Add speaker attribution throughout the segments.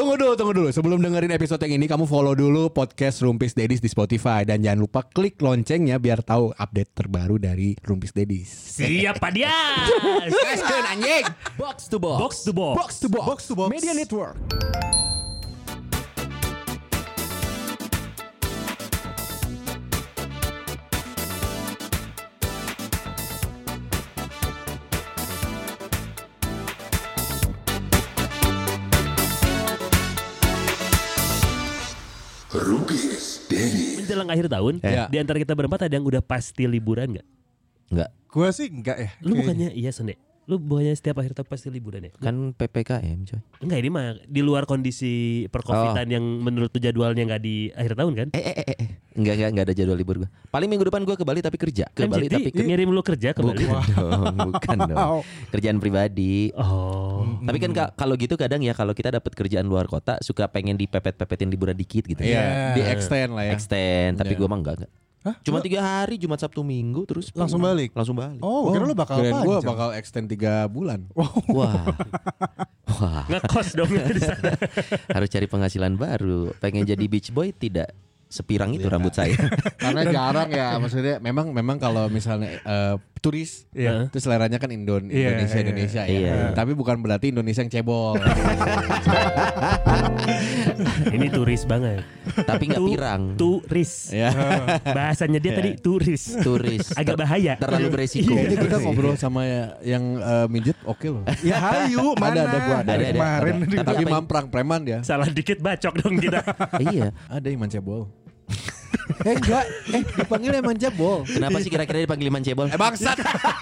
Speaker 1: Tunggu dulu. Sebelum dengerin episode yang ini, kamu follow dulu podcast Rumpis Dedis di Spotify. Dan jangan lupa klik loncengnya biar tahu update terbaru dari Rumpis Dedis.
Speaker 2: Siap Pak Dias.
Speaker 1: Gaskeun anjing.
Speaker 3: Box to box.
Speaker 2: Box to box.
Speaker 1: Box to box.
Speaker 4: Box to box.
Speaker 1: Media Network.
Speaker 5: Rumpis Dedis.
Speaker 2: Menjelang akhir tahun,
Speaker 1: Ya.
Speaker 2: di antara kita berempat ada yang udah pasti liburan nggak?
Speaker 3: Enggak.
Speaker 4: Gue sih enggak ya.
Speaker 2: Lu
Speaker 4: Kayaknya.
Speaker 2: bukannya iya Sende? Lu bukannya setiap akhir tahun pasti liburan ya?
Speaker 3: Kan PPKM coy.
Speaker 2: Enggak, ini mah di luar kondisi percovidan yang menurut tuh jadwalnya nggak di akhir tahun kan?
Speaker 3: Enggak ada jadwal libur gue. Paling minggu depan gue ke Bali tapi kerja. Ke
Speaker 2: Kan
Speaker 3: Bali
Speaker 2: jadi
Speaker 3: tapi
Speaker 2: ngirim lu kerja ke Bali.
Speaker 3: bukan dong. Kerjaan pribadi.
Speaker 2: Oh.
Speaker 3: Tapi kan kalau gitu kadang ya kalau kita dapat kerjaan luar kota suka pengen dipepet-pepetin liburan dikit gitu.
Speaker 1: Iya, di extend lah ya.
Speaker 3: Extend, tapi
Speaker 1: Iya.
Speaker 3: gue mah enggak.
Speaker 4: Hah?
Speaker 3: Cuma 3 hari, Jumat Sabtu Minggu terus
Speaker 4: Langsung balik?
Speaker 3: Langsung balik.
Speaker 4: Oh, kira lu bakal
Speaker 1: Kirain gue
Speaker 4: panjang.
Speaker 1: bakal extend 3 bulan.
Speaker 3: Wah. Wah,
Speaker 2: Ngekos dong di sana.
Speaker 3: harus cari penghasilan baru. Pengen jadi beach boy tidak sepirang itu rambut saya.
Speaker 1: Karena jarang ya, maksudnya memang kalau misalnya turis,
Speaker 2: Iya.
Speaker 1: itu seleranya kan Indonesia ya.
Speaker 3: Iya.
Speaker 1: Tapi bukan berarti Indonesia yang cebol.
Speaker 2: Ini turis banget.
Speaker 3: Tapi enggak pirang.
Speaker 2: Turis.
Speaker 1: Ya.
Speaker 2: Bahasanya dia tadi turis.
Speaker 3: Turis.
Speaker 2: Agak bahaya.
Speaker 3: Terlalu beresiko.
Speaker 1: Kayaknya kita ngobrol sama yang mijet oke loh.
Speaker 4: Ya hayu mana?
Speaker 1: Ada gua ada.
Speaker 4: Dari kemarin.
Speaker 3: Ada.
Speaker 1: Tapi
Speaker 3: apa yang-
Speaker 1: mamprang preman dia.
Speaker 2: Salah dikit bacok dong kita.
Speaker 3: Iya.
Speaker 1: Ada yang mancebol. Enggak, dipanggil emang jebol.
Speaker 3: Kenapa sih kira-kira dipanggil Iman Cebol?
Speaker 1: Bangsat.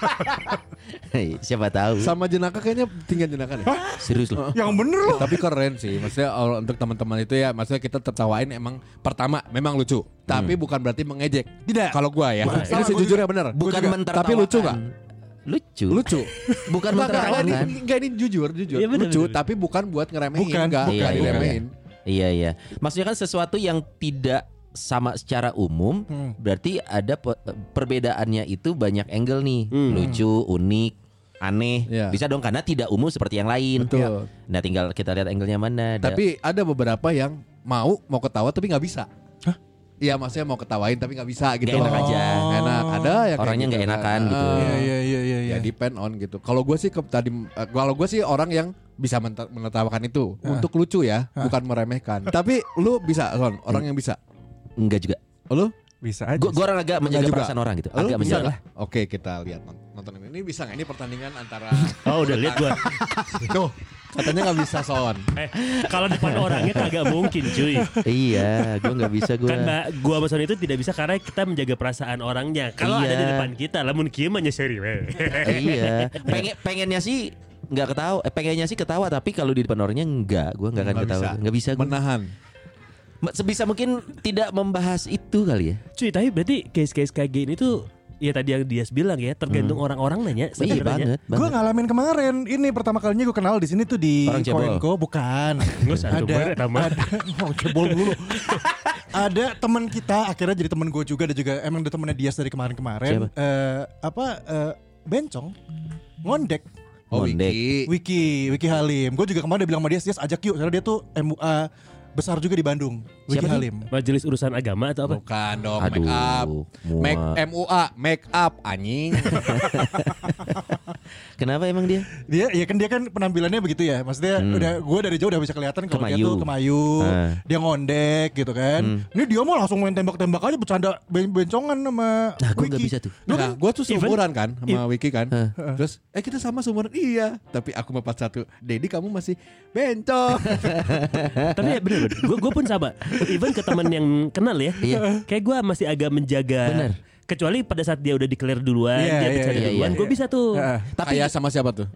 Speaker 3: Siapa tahu.
Speaker 1: Sama jenaka kayaknya tinggal jenaka deh.
Speaker 3: Serius loh.
Speaker 4: Yang bener loh.
Speaker 1: Tapi keren sih. Maksudnya untuk teman-teman itu ya, maksudnya kita tertawain emang pertama memang lucu, tapi bukan berarti mengejek.
Speaker 4: Tidak.
Speaker 1: Kalau gua ya.
Speaker 2: Bukan.
Speaker 1: Ini sejujurnya bener.
Speaker 3: Bukan mentertawakan.
Speaker 1: Tapi lucu enggak?
Speaker 3: Lucu.
Speaker 1: Lucu.
Speaker 3: Bukan
Speaker 1: Enggak,
Speaker 3: mentertawakan.
Speaker 1: ini jujur.
Speaker 2: Iya, bener,
Speaker 1: Lucu,
Speaker 2: bener.
Speaker 1: tapi bukan buat ngeremehin.
Speaker 4: Bukan,
Speaker 1: enggak
Speaker 3: bukan.
Speaker 1: diremehin.
Speaker 3: Iya. Maksudnya kan sesuatu yang tidak sama secara umum, berarti ada perbedaannya itu banyak angle nih. Lucu, unik, aneh.
Speaker 1: Iya.
Speaker 3: Bisa dong karena tidak umum seperti yang lain.
Speaker 1: Betul.
Speaker 3: Nah, tinggal kita lihat angle-nya mana.
Speaker 1: Tapi ada beberapa yang mau ketawa tapi nggak bisa. Iya, maksudnya mau ketawain tapi nggak bisa gitu.
Speaker 3: Nggak enak aja.
Speaker 1: Nggak enak. Ada yang kayak
Speaker 3: Orangnya nggak
Speaker 1: gitu,
Speaker 3: enakan
Speaker 1: kan.
Speaker 3: gitu.
Speaker 4: Iya.
Speaker 1: Ya depend on gitu. Kalau gue sih kalau gue sih orang yang bisa menertawakan itu untuk lucu ya, bukan meremehkan. Tapi lu bisa, Son, orang yang bisa.
Speaker 3: Enggak juga.
Speaker 1: Lu?
Speaker 4: Bisa aja.
Speaker 3: Gue orang agak menjaga
Speaker 1: juga.
Speaker 3: perasaan orang gitu.
Speaker 1: Lu
Speaker 3: Agak
Speaker 1: bisa
Speaker 3: menjaga.
Speaker 1: lah. Oke, kita lihat nonton ini bisa nggak? Ini pertandingan antara.
Speaker 2: Oh udah lihat gua.
Speaker 1: Tuh, katanya nggak bisa, Son.
Speaker 2: Kalau depan orangnya kagak mungkin cuy.
Speaker 3: Iya, gue nggak bisa gue.
Speaker 2: Kan Mbak, gua sama Sony itu tidak bisa karena kita menjaga perasaan orangnya. Kalau ada
Speaker 3: Iya.
Speaker 2: di depan kita, lamun kieu mah nyeseri we.
Speaker 3: Iya. Pengennya sih nggak ketawa. Pengennya sih ketawa tapi kalau di depan orangnya enggak. Gue nggak akan
Speaker 1: Nggak
Speaker 3: ketawa.
Speaker 1: bisa.
Speaker 3: Nggak bisa. Gua.
Speaker 1: Menahan.
Speaker 3: Sebisa mungkin tidak membahas itu kali ya.
Speaker 2: Cuy, tapi berarti case-case kayak gini tuh ya tadi yang Dias bilang ya, tergantung orang-orang nanya.
Speaker 3: Iya
Speaker 2: sebenarnya.
Speaker 3: banget.
Speaker 4: Gue ngalamin kemarin. Ini pertama kalinya gue kenal di sini tuh di
Speaker 3: Orang cebol.
Speaker 4: Koenko. Bukan.
Speaker 2: Nggak usah, coba deh, tambah.
Speaker 4: Mau cebol dulu. Ada teman kita akhirnya jadi teman gue juga. Ada juga emang ada temennya Dias dari kemarin-kemarin. Bencong ngondek.
Speaker 1: Oh,
Speaker 3: Ngondek.
Speaker 1: Wiki.
Speaker 4: Wiki Halim. Gue juga kemarin udah bilang sama Dias ajak yuk. Karena dia tuh MUA besar juga di Bandung. Wiki
Speaker 3: Siapa
Speaker 4: Halim.
Speaker 2: Majelis urusan agama atau apa?
Speaker 1: Bukan dong,
Speaker 3: Aduh,
Speaker 1: make up.
Speaker 3: muak.
Speaker 1: MUA, make up anjing.
Speaker 3: Kenapa emang dia?
Speaker 4: Dia kan penampilannya begitu ya. Maksudnya udah gue dari jauh udah bisa kelihatan kalau dia
Speaker 3: Kemayu.
Speaker 4: tuh kemayu. Dia ngondek gitu kan. Ini dia mah langsung main tembak-tembak aja bercanda bencongan sama
Speaker 3: Nah, gue
Speaker 4: Wiki.
Speaker 3: nggak bisa tuh.
Speaker 1: Nah, gue tuh seumuran kan sama Wiki kan. Terus kita sama seumuran. Iya, tapi aku mau 41. Dedi kamu masih bencong.
Speaker 2: Tapi ya bener, gue pun sama. Even ke teman yang kenal ya,
Speaker 3: Iya.
Speaker 2: kayak gue masih agak menjaga.
Speaker 3: Bener.
Speaker 2: Kecuali pada saat dia udah declare duluan,
Speaker 4: Iya,
Speaker 2: dia
Speaker 4: iya,
Speaker 2: bicara
Speaker 3: iya,
Speaker 2: duluan,
Speaker 3: iya.
Speaker 2: gue bisa tuh.
Speaker 1: Tapi kayak sama siapa tuh?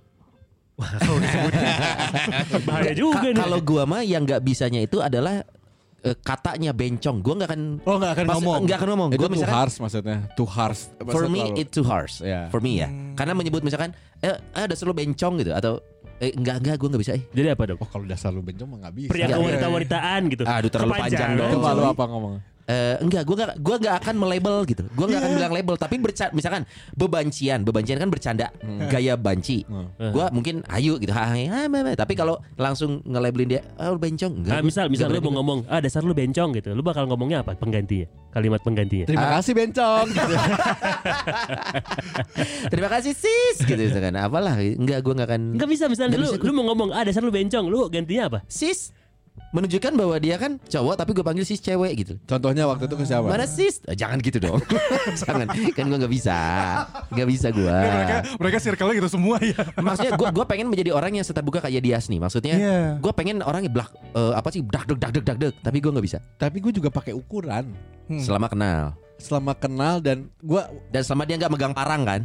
Speaker 2: Bahaya juga nih.
Speaker 3: Kalau gua mah yang nggak bisanya itu adalah katanya bencong. Gua nggak akan.
Speaker 4: Oh, nggak akan ngomong.
Speaker 3: Nggak akan ngomong.
Speaker 1: Itu
Speaker 3: Gua
Speaker 1: too
Speaker 3: misalkan
Speaker 1: harsh maksudnya. Too harsh.
Speaker 3: for me
Speaker 1: Terlalu-
Speaker 3: it too harsh.
Speaker 1: Iya.
Speaker 3: For me ya. Karena menyebut misalkan ada selalu bencong gitu atau enggak gua nggak bisa.
Speaker 2: Jadi apa dong?
Speaker 1: Oh, kalau udah selalu bencong mah nggak bisa.
Speaker 2: Pria
Speaker 3: Iya,
Speaker 2: wanita-wanitaan gitu.
Speaker 3: Aduh, terlalu panjang dong.
Speaker 1: Coba lu apa ngomong?
Speaker 3: Enggak, gua nggak akan melabel gitu. Gua nggak akan bilang label, tapi misalkan bebancian kan bercanda, gaya banci. Gua mungkin ayu gitu. Tapi kalau langsung nge-labelin dia, bencong, enggak.
Speaker 2: Misal lu mau ngomong, dasar lu bencong gitu. Lu bakal ngomongnya apa penggantinya? Kalimat penggantinya.
Speaker 1: Terima kasih bencong. Gitu.
Speaker 3: Terima kasih sis gitu misalkan. Apalah, enggak, gua nggak akan.
Speaker 2: Enggak bisa, misalnya lu mau ngomong, dasar lu bencong, lu gantinya apa?
Speaker 3: Sis, menunjukkan bahwa dia kan cowok tapi gue panggil sis cewek gitu.
Speaker 1: Contohnya waktu itu ke siapa?
Speaker 3: Mana sis? Jangan gitu dong. Jangan, kan gue nggak bisa gue.
Speaker 4: Mereka circle-nya gitu semua ya.
Speaker 3: Maksudnya gue pengen menjadi orang yang terbuka kayak Dias nih. Maksudnya gue pengen orang yang dagdeg. Tapi gue nggak bisa.
Speaker 1: Tapi gue juga pakai ukuran.
Speaker 3: Selama kenal
Speaker 1: dan
Speaker 3: selama dia nggak megang parang kan.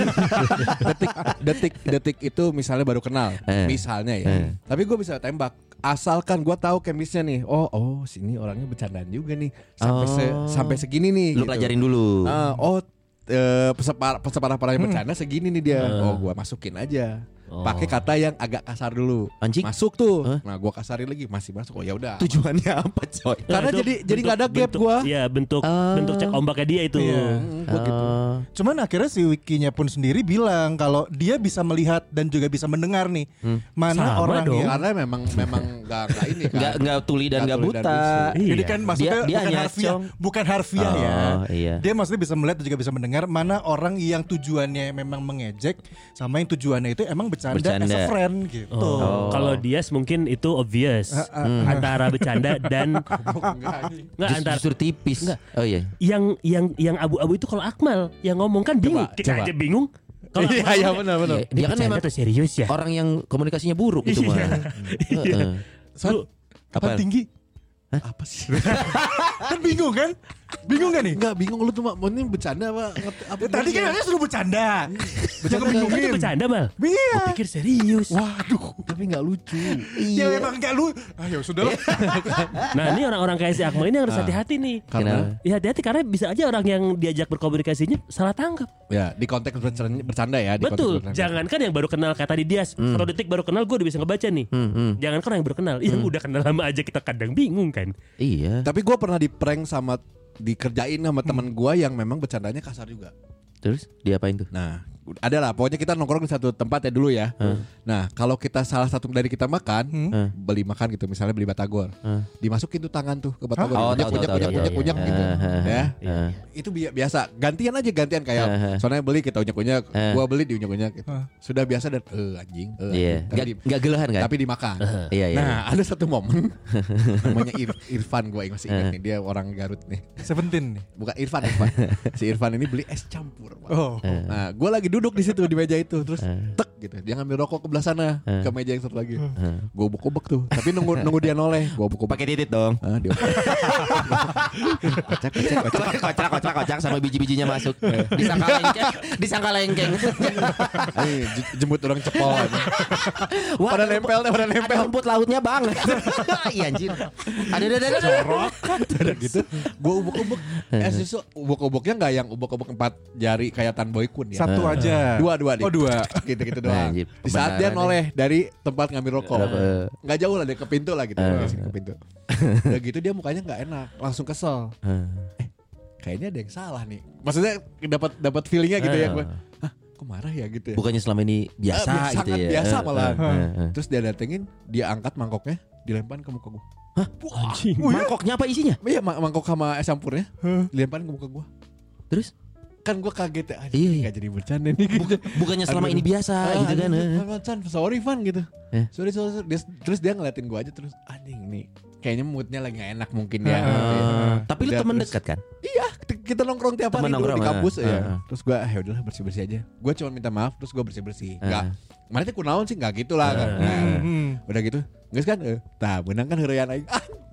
Speaker 1: detik itu misalnya baru kenal, misalnya ya. Tapi gue bisa tembak. Asalkan gue tahu chemistry-nya nih. Oh sini orangnya bercandaan juga nih. Sampai segini nih.
Speaker 3: Lu
Speaker 1: gitu.
Speaker 3: pelajarin dulu.
Speaker 1: Separah-parahnya bercanda segini nih dia. Gue masukin aja. Pakai kata yang agak kasar dulu.
Speaker 3: Anjing?
Speaker 1: Masuk tuh. Nah, gua kasarin lagi, masih masuk. Oh ya udah.
Speaker 3: Tujuannya apa, coy?
Speaker 1: Karena jadi enggak ada gap gua.
Speaker 2: Iya, bentuk cek ombaknya dia itu.
Speaker 1: Gua gitu.
Speaker 4: Cuman akhirnya si Wikinya pun sendiri bilang kalau dia bisa melihat dan juga bisa mendengar nih mana
Speaker 2: Sama
Speaker 4: orang
Speaker 2: dong.
Speaker 4: yang
Speaker 1: Karena memang enggak ini kan.
Speaker 3: Enggak tuli dan enggak buta.
Speaker 4: Ini kan maksudnya
Speaker 3: Dia
Speaker 4: bukan
Speaker 3: hanya
Speaker 4: harfiah, bukan harfiah ya.
Speaker 3: Iya.
Speaker 4: Dia maksudnya bisa melihat dan juga bisa mendengar mana orang yang tujuannya memang mengejek sama yang tujuannya itu emang bercanda. As a friend gitu.
Speaker 2: Kalau Dias mungkin itu obvious antara bercanda dan antara
Speaker 3: Justru tipis. Oh iya.
Speaker 2: Yang abu-abu itu kalau Akmal yang ngomong kan bingung. Kita aja bingung. Kalau
Speaker 1: Iya benar.
Speaker 3: Dia kan memang
Speaker 2: tuh serius ya.
Speaker 3: orang yang komunikasinya buruk itu mah.
Speaker 4: Kapan tinggi?
Speaker 1: Apa sih?
Speaker 4: Kan bingung kan? Bingung gak nih?
Speaker 1: Enggak bingung lu tuh ini bercanda apa?
Speaker 4: Tadi kan katanya suruh bercanda. Bercanda
Speaker 2: Itu
Speaker 4: bingungin.
Speaker 2: bercanda Mal.
Speaker 4: Iya.
Speaker 2: Gue pikir serius.
Speaker 4: Waduh.
Speaker 1: Tapi enggak lucu.
Speaker 4: Ya emang gak lu. Ayo sudah lah.
Speaker 2: Nah ini orang-orang kayak si Akmal ini harus hati-hati nih.
Speaker 1: Karena
Speaker 2: Ya hati-hati karena bisa aja orang yang diajak berkomunikasinya salah tangkap.
Speaker 1: ya di konteks bercanda ya. Di
Speaker 2: Betul.
Speaker 1: konteks bercanda.
Speaker 2: Jangankan yang baru kenal kayak tadi Dias. 1 detik baru kenal gue udah bisa ngebaca nih. Jangankan orang yang baru kenal. Yang udah kenal lama aja kita kadang bingung kan.
Speaker 3: Iya.
Speaker 1: Tapi gue pernah di prank sama dikerjain sama teman gue yang memang bercandanya kasar juga.
Speaker 3: Terus diapain tuh?
Speaker 1: Nah, ada lah. Pokoknya kita nongkrong di satu tempat ya dulu ya. Nah, kalau kita salah satu dari kita makan, beli makan gitu, misalnya beli batagor, dimasukin tuh tangan tuh ke batagor,
Speaker 3: Oh,
Speaker 1: unyak gitu, ya. Itu biasa. Gantian kayak, soalnya beli kita unyak-unyak, gua beli di unyak-unyak gitu. Sudah biasa dan anjing.
Speaker 3: Iya. Enggak gelehan kan?
Speaker 1: Tapi dimakan.
Speaker 3: Iya.
Speaker 1: Nah, ada satu momen namanya Irfan, gue masih ingat nih, dia orang Garut nih.
Speaker 4: 17 nih.
Speaker 1: Bukan Irfan. Si Irfan ini beli es campur. Pak.
Speaker 4: Oh.
Speaker 1: Nah, gue lagi duduk di situ di meja itu, terus tek gitu. Dia ngambil rokok ke belah sana, ke meja yang satu lagi. Gue ubek-ubek tuh, tapi nunggu dia noleh. Gue ubek-ubek.
Speaker 3: Pakai titit dong.
Speaker 1: Dia
Speaker 3: Kocak sampai biji-bijinya masuk. Disangka lengkeng.
Speaker 1: Jemput orang cepol. Pada nempel.
Speaker 3: Rumput lautnya banget. Iya anjir. Ada
Speaker 1: Corok. Gitu. Gue ubek-ubek. Susu ubek-ubeknya nggak yang ubek-ubek 4 jari kayak Tan Boy Kun ya.
Speaker 4: Satu aja.
Speaker 1: Dua nih.
Speaker 4: Oh 2.
Speaker 1: Gitu doang.
Speaker 3: Anjir,
Speaker 1: Di saat dia
Speaker 3: kebenaran
Speaker 1: noleh dari tempat ngambil rokok, nggak jauh lah dia ke pintu lah gitu, ke pintu. Udah gitu dia mukanya nggak enak, langsung kesel. Kayaknya ada yang salah nih. Maksudnya dapat feelingnya gitu ya gue. Hah, kok marah ya gitu ya?
Speaker 3: Bukannya selama ini biasa gitu
Speaker 1: sangat
Speaker 3: ya.
Speaker 1: biasa malah. Terus dia datengin, dia angkat mangkoknya, dilemparin ke muka gue.
Speaker 3: Hah? Mangkoknya apa isinya?
Speaker 1: Iya, mangkok sama es campurnya, dilemparin ke muka gue.
Speaker 3: Terus?
Speaker 1: Kan gue kaget ya,
Speaker 3: Iya.
Speaker 1: nggak jadi bercanda nih. Gitu.
Speaker 3: Bukannya selama ini biasa gitu kan.
Speaker 1: Sorry Van gitu. Sorry. Terus dia ngeliatin gue aja terus, anjing nih. Kayaknya moodnya lagi gak enak mungkin ya.
Speaker 3: Tapi lu temen dekat kan?
Speaker 1: Iya, kita nongkrong tiap hari
Speaker 3: Temen
Speaker 1: dulu
Speaker 3: nongkrong,
Speaker 1: di kampus ya.
Speaker 3: Terus
Speaker 1: Terus gue udahlah bersih-bersih aja. Gue cuma minta maaf terus gue bersih-bersih. Enggak. Mana teh kunaon sih enggak gitu lah kan. Udah gitu. Geus kan? Tah, menang kan heurean aing.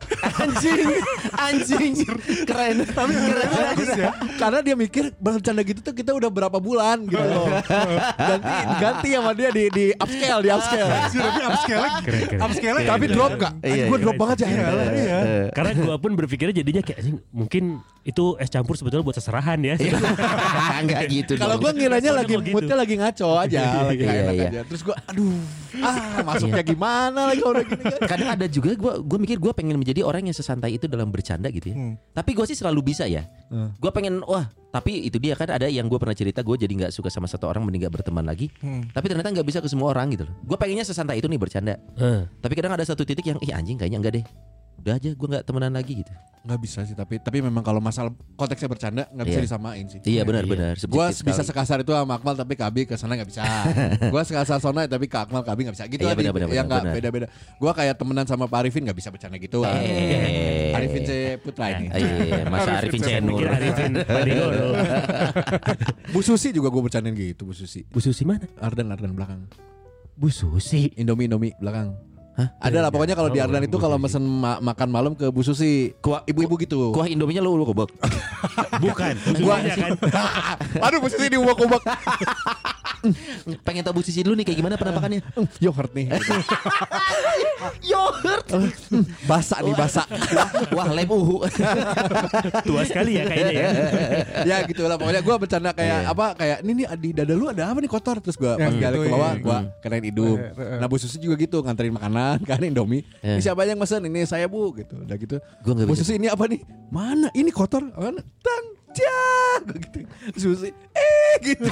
Speaker 3: Anjing. Keren. Tapi keren bagus ya.
Speaker 1: Karena dia mikir bercanda gitu tuh kita udah berapa bulan gitu loh. Ganti sama dia di upscale,
Speaker 4: Tapi upscale
Speaker 1: Tapi drop enggak? Gue drop banget ya.
Speaker 4: Iya.
Speaker 2: Karena gue pun berpikirnya jadinya kayak anjing, mungkin itu es campur sebetulnya buat seserahan ya.
Speaker 3: Enggak gitu.
Speaker 1: Kalau gue ngiranya lagi
Speaker 2: Soalnya mau
Speaker 1: moodnya lagi ngaco aja, lagi
Speaker 3: Iya,
Speaker 1: enak
Speaker 3: iya.
Speaker 1: aja. Terus gue masuknya gimana lagi udah gini kan.
Speaker 3: Kadang ada juga gue mikir gue pengen menjadi orang yang sesantai itu dalam bercanda gitu ya. Tapi gue sih selalu bisa ya. Gue pengen tapi itu dia kan ada yang gue pernah cerita, gue jadi nggak suka sama satu orang mending nggak berteman lagi. Tapi ternyata nggak bisa ke semua orang gitu loh. Gue pengennya sesantai itu nih bercanda. Tapi kadang ada satu titik yang anjing kayaknya enggak deh. Udah aja gue nggak temenan lagi gitu.
Speaker 1: Nggak bisa sih, tapi memang kalau masalah konteksnya bercanda nggak bisa disamain sih.
Speaker 3: Iya benar-benar.
Speaker 1: Gue bisa sekasar itu sama Akmal tapi Kabi ke sana nggak bisa. Gue sekasar Sona tapi ke Akmal Kabi nggak bisa. Gitu aja. Yang nggak beda-beda. Gue kayak temenan sama Pak Arifin nggak bisa bercanda gitu. Arifin C Putra ini.
Speaker 3: Masa Arifin C Nur.
Speaker 2: Arifin Padigoro.
Speaker 1: Bu Susi juga gue bercandain gitu. Bu Susi
Speaker 2: mana?
Speaker 1: Ardan belakang.
Speaker 2: Bu Susi.
Speaker 1: Indomie belakang. Hah? Ada lah pokoknya kalau di Ardan itu kalau mesen makan malam ke Bu Susi, ibu-ibu gitu.
Speaker 3: Kuah Indominya lu kubek.
Speaker 2: Bukan. Buahnya kan.
Speaker 1: Aduh Bu Susi diubek-ubek.
Speaker 3: Pengen tahu Bu Susi dulu nih kayak gimana penampakannya.
Speaker 1: Yogurt nih.
Speaker 3: Yogurt.
Speaker 1: Basa nih basa.
Speaker 3: Wah lem uhu.
Speaker 2: Tua sekali ya kayaknya ya.
Speaker 1: Ya gitu lah pokoknya gue bercanda kayak kayak ini di dada lu ada apa nih kotor, terus gue pas balik ke bawah gue kenain hidung. Nah Bu Susi juga gitu nganterin makanan kan Indomie. Ini siapa yang mesen? Ini saya Bu gitu. Udah gitu. Bu Susi ini apa nih? Mana? Ini kotor. Mana? Gitu. Susi gitu.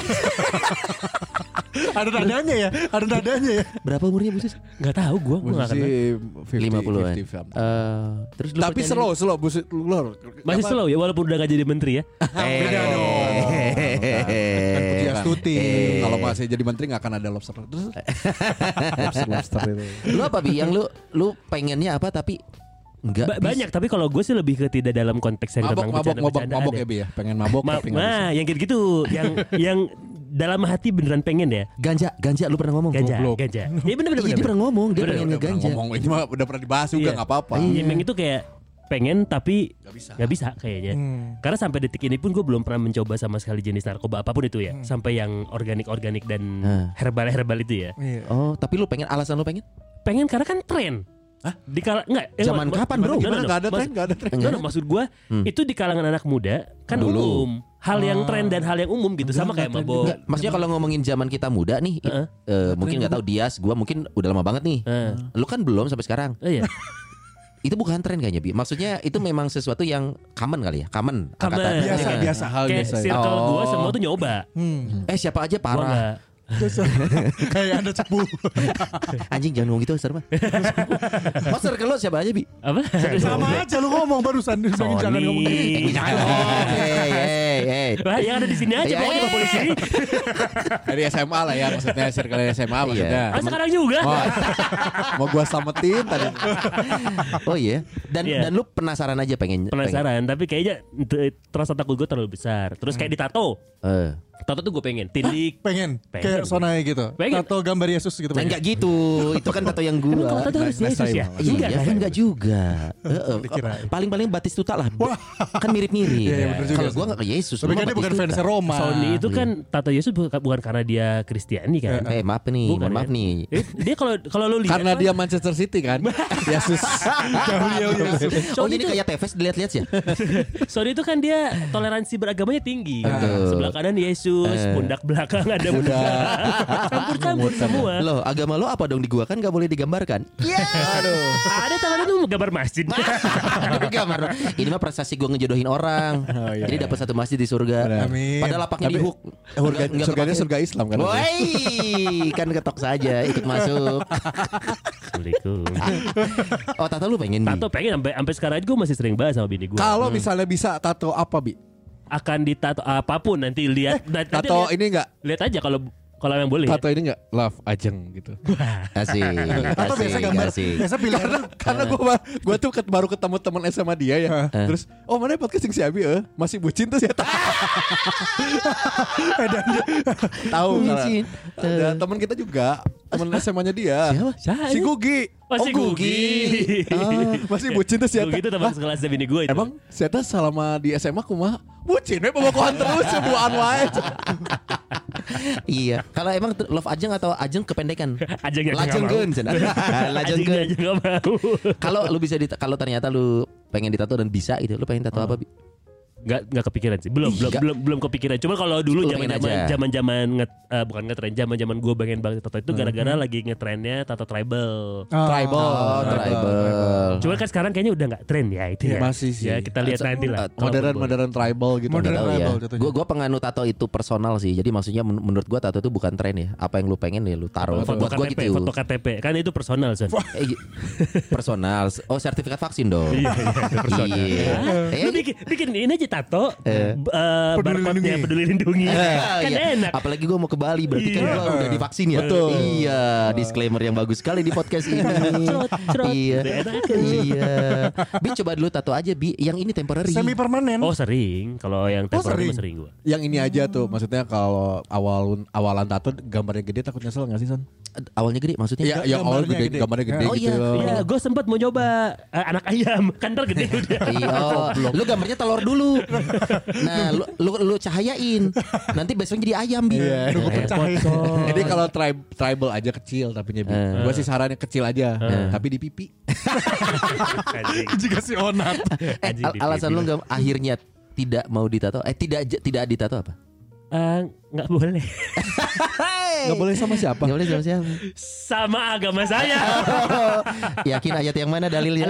Speaker 4: Ada nadanya ya.
Speaker 3: Berapa umurnya Bu Susi?
Speaker 2: Enggak tahu gua enggak kenal.
Speaker 3: 50-an. Terus
Speaker 1: tapi slow Bu Susi.
Speaker 2: Masih slow ya walaupun udah gak jadi menteri ya.
Speaker 4: Beda dong. Kan Puji Astuti.
Speaker 1: Kalau masih jadi menteri nggak akan ada lobster. Terus lobster itu.
Speaker 3: Lu apa Bi? Yang lu pengennya apa tapi enggak
Speaker 2: banyak, tapi kalau gue sih lebih ke tidak dalam konteks yang tentang bercanda-bercanda.
Speaker 1: Mabok ya Bi ya. Pengen mabok tapi nggak bisa.
Speaker 2: Yang kayak gitu, yang dalam hati beneran pengen ya.
Speaker 3: Ganja lu pernah ngomong?
Speaker 2: Ganja. Iya bener.
Speaker 3: Dia pernah ngomong, dia pengen ngeganja.
Speaker 1: Ngomong ini mah udah pernah dibahas juga nggak apa-apa.
Speaker 2: Yang itu kayak pengen tapi nggak bisa kayaknya. Karena sampai detik ini pun gue belum pernah mencoba sama sekali jenis narkoba apapun itu ya. Sampai yang organik dan herbal itu ya.
Speaker 3: Oh, tapi lu pengen, alasan lu pengen?
Speaker 2: Pengen karena kan tren. Hah?
Speaker 3: Zaman kapan bro?
Speaker 1: Nggak ada tren.
Speaker 2: Maksud gue itu di kalangan anak muda kan umum. Hal yang tren dan hal yang umum gitu. Sama kayak mabok.
Speaker 3: Maksudnya kalau ngomongin zaman kita muda nih, mungkin nggak tahu Dias, gue mungkin udah lama banget nih. Lu kan belum sampai sekarang.
Speaker 2: Iya.
Speaker 3: Itu bukan tren kayaknya Bi. Maksudnya itu memang sesuatu yang common kali ya. Common.
Speaker 1: Biasa hal
Speaker 2: kayak
Speaker 1: biasa.
Speaker 2: Circle gue semua tuh nyoba.
Speaker 3: Siapa aja parah.
Speaker 4: Kayak ada cepu.
Speaker 3: Anjing jangan ngomong gitu Ser mah. Master kalau siapa aja Bi?
Speaker 2: Apa?
Speaker 4: Sama aja lu ngomong barusan. Jangan ngomong
Speaker 2: yang ada di sini aja pokoknya ke polisi.
Speaker 1: Dari SMA lah ya maksudnya circle SMA maksudnya.
Speaker 2: Sekarang juga.
Speaker 1: Mau gua selamatin tadi.
Speaker 3: Oh iya. Dan lu penasaran aja pengen.
Speaker 2: Tapi kayaknya terasa takut gue terlalu besar. Terus kayak ditato. Tato tuh gue pengen. Tindik.
Speaker 4: Pengen. Kayak Sonai gitu. Tato gambar Yesus gitu.
Speaker 3: Enggak gitu. Itu kan tato yang gua.
Speaker 2: Kalau tato harus Yesus ya?
Speaker 3: Iya kan enggak juga. Paling Batistuta lah. Kan mirip-mirip. Kalau gua enggak ke Yesus.
Speaker 4: Tapi kan dia bukan fans Roma.
Speaker 2: Sony itu kan tato Yesus bukan karena dia Kristiani kan.
Speaker 3: Maaf nih.
Speaker 2: Dia kalau lu lihat
Speaker 1: karena dia Manchester City kan. Yesus.
Speaker 3: Oh ini kayak Tevez dilihat-lihat ya.
Speaker 2: Sony itu kan dia toleransi beragamanya tinggi. Sebelah kanan Yesus, pundak belakang ada Buddha. Campur-campur semua.
Speaker 3: Loh, agama lo apa dong di gua kan gak boleh digambarkan.
Speaker 2: Aduh. Ada tangannya tuh gambar masjid.
Speaker 3: Gambar. Ini mah prestasi gua ngejodohin orang. Jadi dapat satu masjid di surga.
Speaker 4: Amin.
Speaker 3: Padahal lapaknya di hook.
Speaker 1: Surganya surga Islam kan.
Speaker 3: Woi, kan ketok saja ikut masuk.
Speaker 2: Assalamualaikum.
Speaker 3: Oh, tato lu pengen?
Speaker 2: Tato pengen sampai sekarang aja gue masih sering bahas sama bini gue.
Speaker 1: Kalau misalnya bisa tato apa Bi?
Speaker 2: Akan ditato apapun nanti lihat.
Speaker 1: Tato ini enggak?
Speaker 2: Lihat aja kalau yang boleh.
Speaker 1: Tato ini enggak love Ajeng gitu.
Speaker 3: Asik.
Speaker 4: Tato biasa gambar. Biasa pilihan
Speaker 1: karena gue tuh baru ketemu teman SMA dia ya. Terus mana podcast si Abi masih bucin tuh ya. Tahu kan? Ada teman kita juga, teman SMA-nya dia.
Speaker 2: Siapa?
Speaker 1: Si Gugi.
Speaker 2: Si Gugi.
Speaker 1: Masih bucin tuh si Eta.
Speaker 2: Gugi itu teman sekelas bini gue itu.
Speaker 1: Emang si Eta selama di SMA kumaha? Bucin we pembokohan terus sebuah wae.
Speaker 3: Iya. Kalau emang love Ajeng atau Ajeng kependekan?
Speaker 2: Ajeng yang
Speaker 3: Lajengkeun cenah. Lajengkeun.
Speaker 2: Enggak mau.
Speaker 3: Kalau lu bisa kalau ternyata lu pengen ditato dan bisa gitu, lu pengen tato apa Bi?
Speaker 2: Nggak kepikiran sih. Belum kepikiran. Cuma kalau dulu zaman-zaman bukan ngetren, zaman-zaman gue pengen banget tato itu gara-gara lagi ngetrennya tato tribal.
Speaker 3: Tribal.
Speaker 2: Cuma kan sekarang kayaknya udah nggak tren ya itu ya.
Speaker 1: Masih sih.
Speaker 2: Ya kita lihat nanti lah.
Speaker 1: Modern tribal gitu.
Speaker 3: Gue penganut tato itu personal sih. Jadi maksudnya menurut gue tato itu bukan tren ya. Apa yang lu pengen ya lu taruh.
Speaker 2: Foto KTP kan itu personal Son.
Speaker 3: Personal. Oh sertifikat vaksin dong.
Speaker 2: Iya personal. Lu bikin ini aja tato barcode-nya Peduli Lindungi. Kan enak.
Speaker 3: Apalagi gue mau ke Bali berarti kan gue udah divaksin ya.
Speaker 1: Betul.
Speaker 3: Iya, disclaimer yang bagus sekali di podcast ini. Iya. Iya. Bi coba dulu tato aja Bi, yang ini temporary.
Speaker 4: Semi permanen.
Speaker 2: Oh sering, kalau yang temporary sering gue.
Speaker 1: Yang ini aja tuh, maksudnya kalau awalan tato gambarnya gede takut nyesel nggak sih Son?
Speaker 3: Awalnya gede maksudnya?
Speaker 1: Iya, yang awal gede, gambarnya gede
Speaker 3: Oh
Speaker 1: gitu.
Speaker 2: Iya, gue sempat mau nyoba anak ayam, kan gede udah.
Speaker 3: Iya, lu gambarnya telur dulu. Nah, lu cahayain. Nanti besok jadi ayam Bi.
Speaker 1: Jadi kalau tribal aja kecil tapinya Bi. Gua sih sarannya kecil aja, tapi di pipi.
Speaker 4: Jika si Onat.
Speaker 3: Alasan lu akhirnya tidak mau ditato? Tidak ditato apa?
Speaker 2: Nggak boleh.
Speaker 1: Nggak boleh sama siapa?
Speaker 3: Nggak boleh sama siapa?
Speaker 2: Sama agama saya.
Speaker 3: Yakin ayat yang mana dalilnya?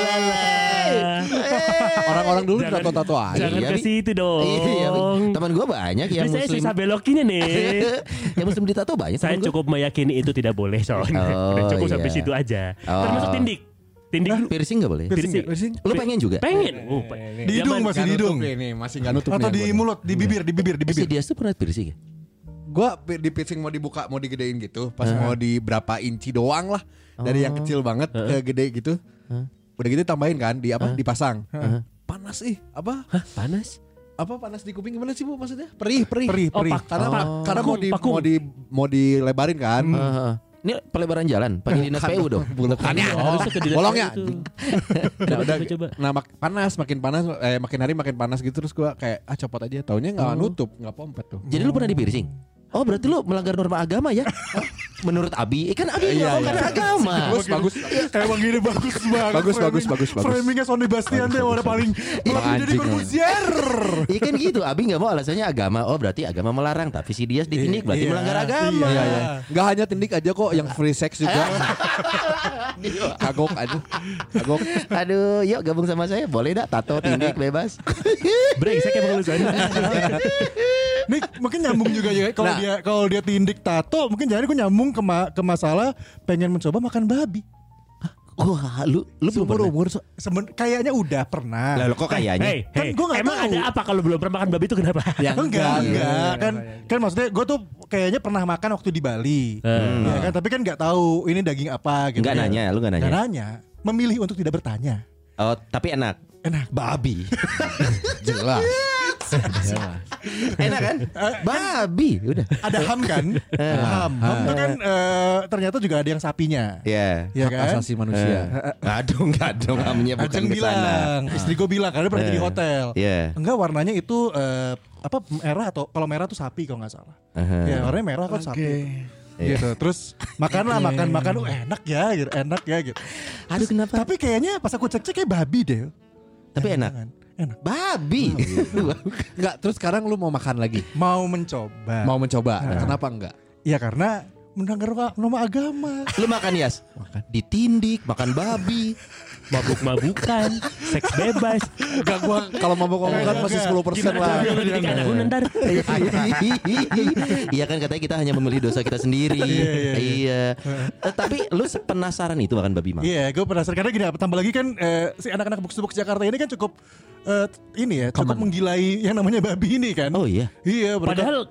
Speaker 1: Orang-orang dulu tato aja.
Speaker 2: Jangan ke situ dong.
Speaker 3: Iya, teman gue banyak yang
Speaker 2: saya
Speaker 3: muslim.
Speaker 2: susah belokinnya nih.
Speaker 3: Yang muslim ditato banyak.
Speaker 2: Saya cukup meyakini itu tidak boleh soalnya. Udah cukup sampai situ aja. Termasuk tindik.
Speaker 3: Piercing gak boleh?
Speaker 1: Piercing.
Speaker 3: Lu pengen juga?
Speaker 2: Pengen.
Speaker 4: Di hidung masih di hidung.
Speaker 1: Ini masih nggak nutup.
Speaker 4: Atau di mulut, di bibir.
Speaker 3: Si dia tuh pernah piercing ya?
Speaker 1: Gua di piercing mau dibuka, mau digedein gitu. Pas mau di berapa inci doang lah. Dari yang kecil banget ke gede gitu. Udah gitu tambahin kan di apa? Dipasang. Panas apa?
Speaker 2: Panas?
Speaker 1: Apa panas di kuping gimana sih Bu maksudnya? Perih. Karena mau dilebarin kan.
Speaker 3: Ini pelebaran jalan, pakai dinas PU dong.
Speaker 1: Bulekannya. Bolongnya. Udah coba. Nah, makin hari makin panas gitu terus gua kayak copot aja. Taunya enggak nutup, enggak pompet tuh.
Speaker 3: Jadi lu pernah di piercing? Oh berarti lu melanggar norma agama ya? Menurut Abi, kan Abi melanggar agama.
Speaker 1: Bagus.
Speaker 4: Emang gini bagus banget.
Speaker 1: Bagus.
Speaker 4: Framingnya Sony Bastian deh udah paling jadi Corbusier.
Speaker 3: Iya kan gitu, Abi nggak mau alasannya agama. Oh berarti agama melarang, tapi si Dias ditindik berarti melanggar agama.
Speaker 1: Iya. Nggak hanya tindik aja kok, yang free sex juga. Kagok.
Speaker 3: Aduh, yuk gabung sama saya. Boleh dah, tato tindik bebas.
Speaker 2: Brengsek emang lu Son.
Speaker 4: Nih mungkin nyambung juga ya kalau dia tindik tato mungkin jadi gue nyambung ke masalah pengen mencoba makan babi.
Speaker 3: Wah, lu belum
Speaker 1: umur
Speaker 4: kayaknya udah pernah.
Speaker 3: Lah kok kayaknya?
Speaker 4: Kan gue nggak tahu.
Speaker 2: Emang ada apa kalau belum pernah makan babi itu kenapa?
Speaker 4: Ya enggak. Kan maksudnya gue tuh kayaknya pernah makan waktu di Bali. Ya kan, tapi kan nggak tahu ini daging apa gitu.
Speaker 3: Enggak nanya, lu enggak nanya.
Speaker 4: Nggak nanya. Memilih untuk tidak bertanya.
Speaker 3: Oh, tapi enak.
Speaker 4: Babi.
Speaker 1: Jelas.
Speaker 3: Enak kan? Babi udah.
Speaker 4: Ada ham kan? Ham itu kan ternyata juga ada yang sapinya.
Speaker 3: Iya.
Speaker 4: Ya kan?
Speaker 1: Asasi manusia.
Speaker 3: Enggak dong hamnya bukan
Speaker 4: Ajeng
Speaker 3: ke sana.
Speaker 4: bilang, istri gue bilang karena pernah di hotel.
Speaker 3: Iya.
Speaker 4: Enggak, warnanya itu merah atau kalau merah tuh sapi kalau nggak salah. Ya warnanya merah kok sapi. Gitu. Terus makan enak ya gitu.
Speaker 3: Aduh kenapa?
Speaker 4: Tapi kayaknya pas aku cek kayak babi deh.
Speaker 3: Tapi enak. Babi.
Speaker 1: Enggak, terus sekarang lu mau makan lagi?
Speaker 4: Mau mencoba.
Speaker 1: Kenapa enggak?
Speaker 4: Ya karena melanggar norma agama.
Speaker 3: Lu makan Yas? Makan. Ditindik, makan babi.
Speaker 2: Mabuk-mabukan, seks bebas.
Speaker 1: Enggak, gua kalau mabuk-mabukan masih 10% lah.
Speaker 3: Iya kan katanya kita hanya memilih dosa kita sendiri. Iya. Tapi lu penasaran itu makan babi mah?
Speaker 4: Iya, gue penasaran karena gini, tambah lagi kan si anak-anak box Jakarta ini kan cukup cukup menggilai yang namanya babi ini kan.
Speaker 3: Oh iya.
Speaker 4: Iya,
Speaker 2: padahal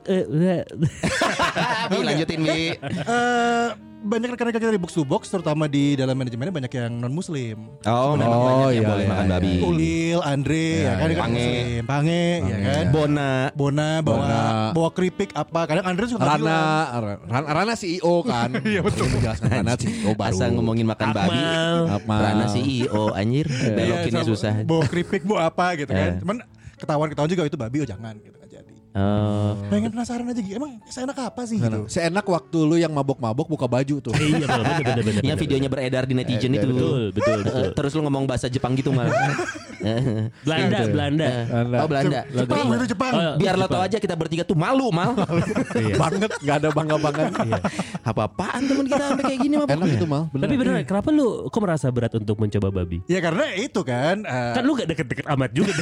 Speaker 3: lanjutin Mi.
Speaker 4: Banyak rekan-rekan kita di box to box terutama di dalam manajemennya banyak yang non muslim.
Speaker 3: Oh, memang banyak yang boleh makan babi.
Speaker 4: Ulil, Andre, ya kan Pange, ya kan. Bona bawa keripik apa. Kadang Andre suka
Speaker 3: Rana CEO kan.
Speaker 4: Iya betul.
Speaker 1: Menjelaskan Rana CEO baru.
Speaker 3: Asal ngomongin makan babi. Rana CEO anjir. Belokinnya susah.
Speaker 4: Bawa keripik bawa apa gitu kan. Cuman ketahuan juga itu babi, jangan gitu kan jadi. Pengen penasaran aja gitu. Emang seenak apa sih gitu?
Speaker 1: Seenak waktu lu yang mabok-mabok buka baju tuh.
Speaker 2: Iya benar.
Speaker 3: Yang videonya beredar di netizen itu.
Speaker 2: Betul.
Speaker 3: Terus lu ngomong bahasa Jepang gitu malah.
Speaker 2: Belanda.
Speaker 3: Oh Belanda.
Speaker 4: Jepang.
Speaker 3: Biar lo tau aja kita bertiga tuh malu mal.
Speaker 1: Banget, nggak ada bangga-banggaan.
Speaker 3: Apa-apaan teman kita sampai kayak gini mah.
Speaker 1: Enak itu mal.
Speaker 2: Tapi bener, kenapa lu kok merasa berat untuk mencoba babi?
Speaker 4: Ya karena itu kan.
Speaker 2: Kan lu gak deket-deket amat juga.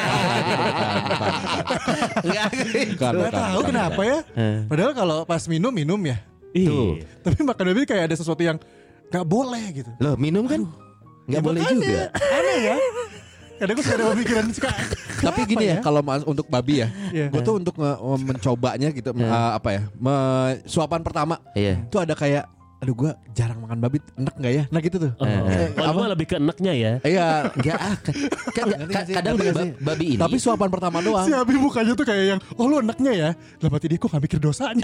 Speaker 4: Gak tahu kenapa ya. Padahal kalau pas minum ya.
Speaker 2: Tuh.
Speaker 4: Tapi makan babi kayak ada sesuatu yang gak boleh gitu.
Speaker 3: Loh minum kan nggak boleh juga.
Speaker 4: Aneh ya. Kadang gue suka ada pemikiran suka.
Speaker 1: Tapi gini ya, kalau untuk babi ya, gue tuh untuk mencobanya gitu, suapan pertama, itu ada kayak, aduh gue jarang makan babi, enak nggak ya? Nah gitu tuh.
Speaker 2: Gue lebih ke enaknya ya.
Speaker 1: Iya,
Speaker 3: kadang babi ini.
Speaker 1: tapi suapan pertama doang.
Speaker 4: Si Abi mukanya tuh kayak yang, oh lu enaknya ya. Lah berarti dia kok gak mikir dosanya.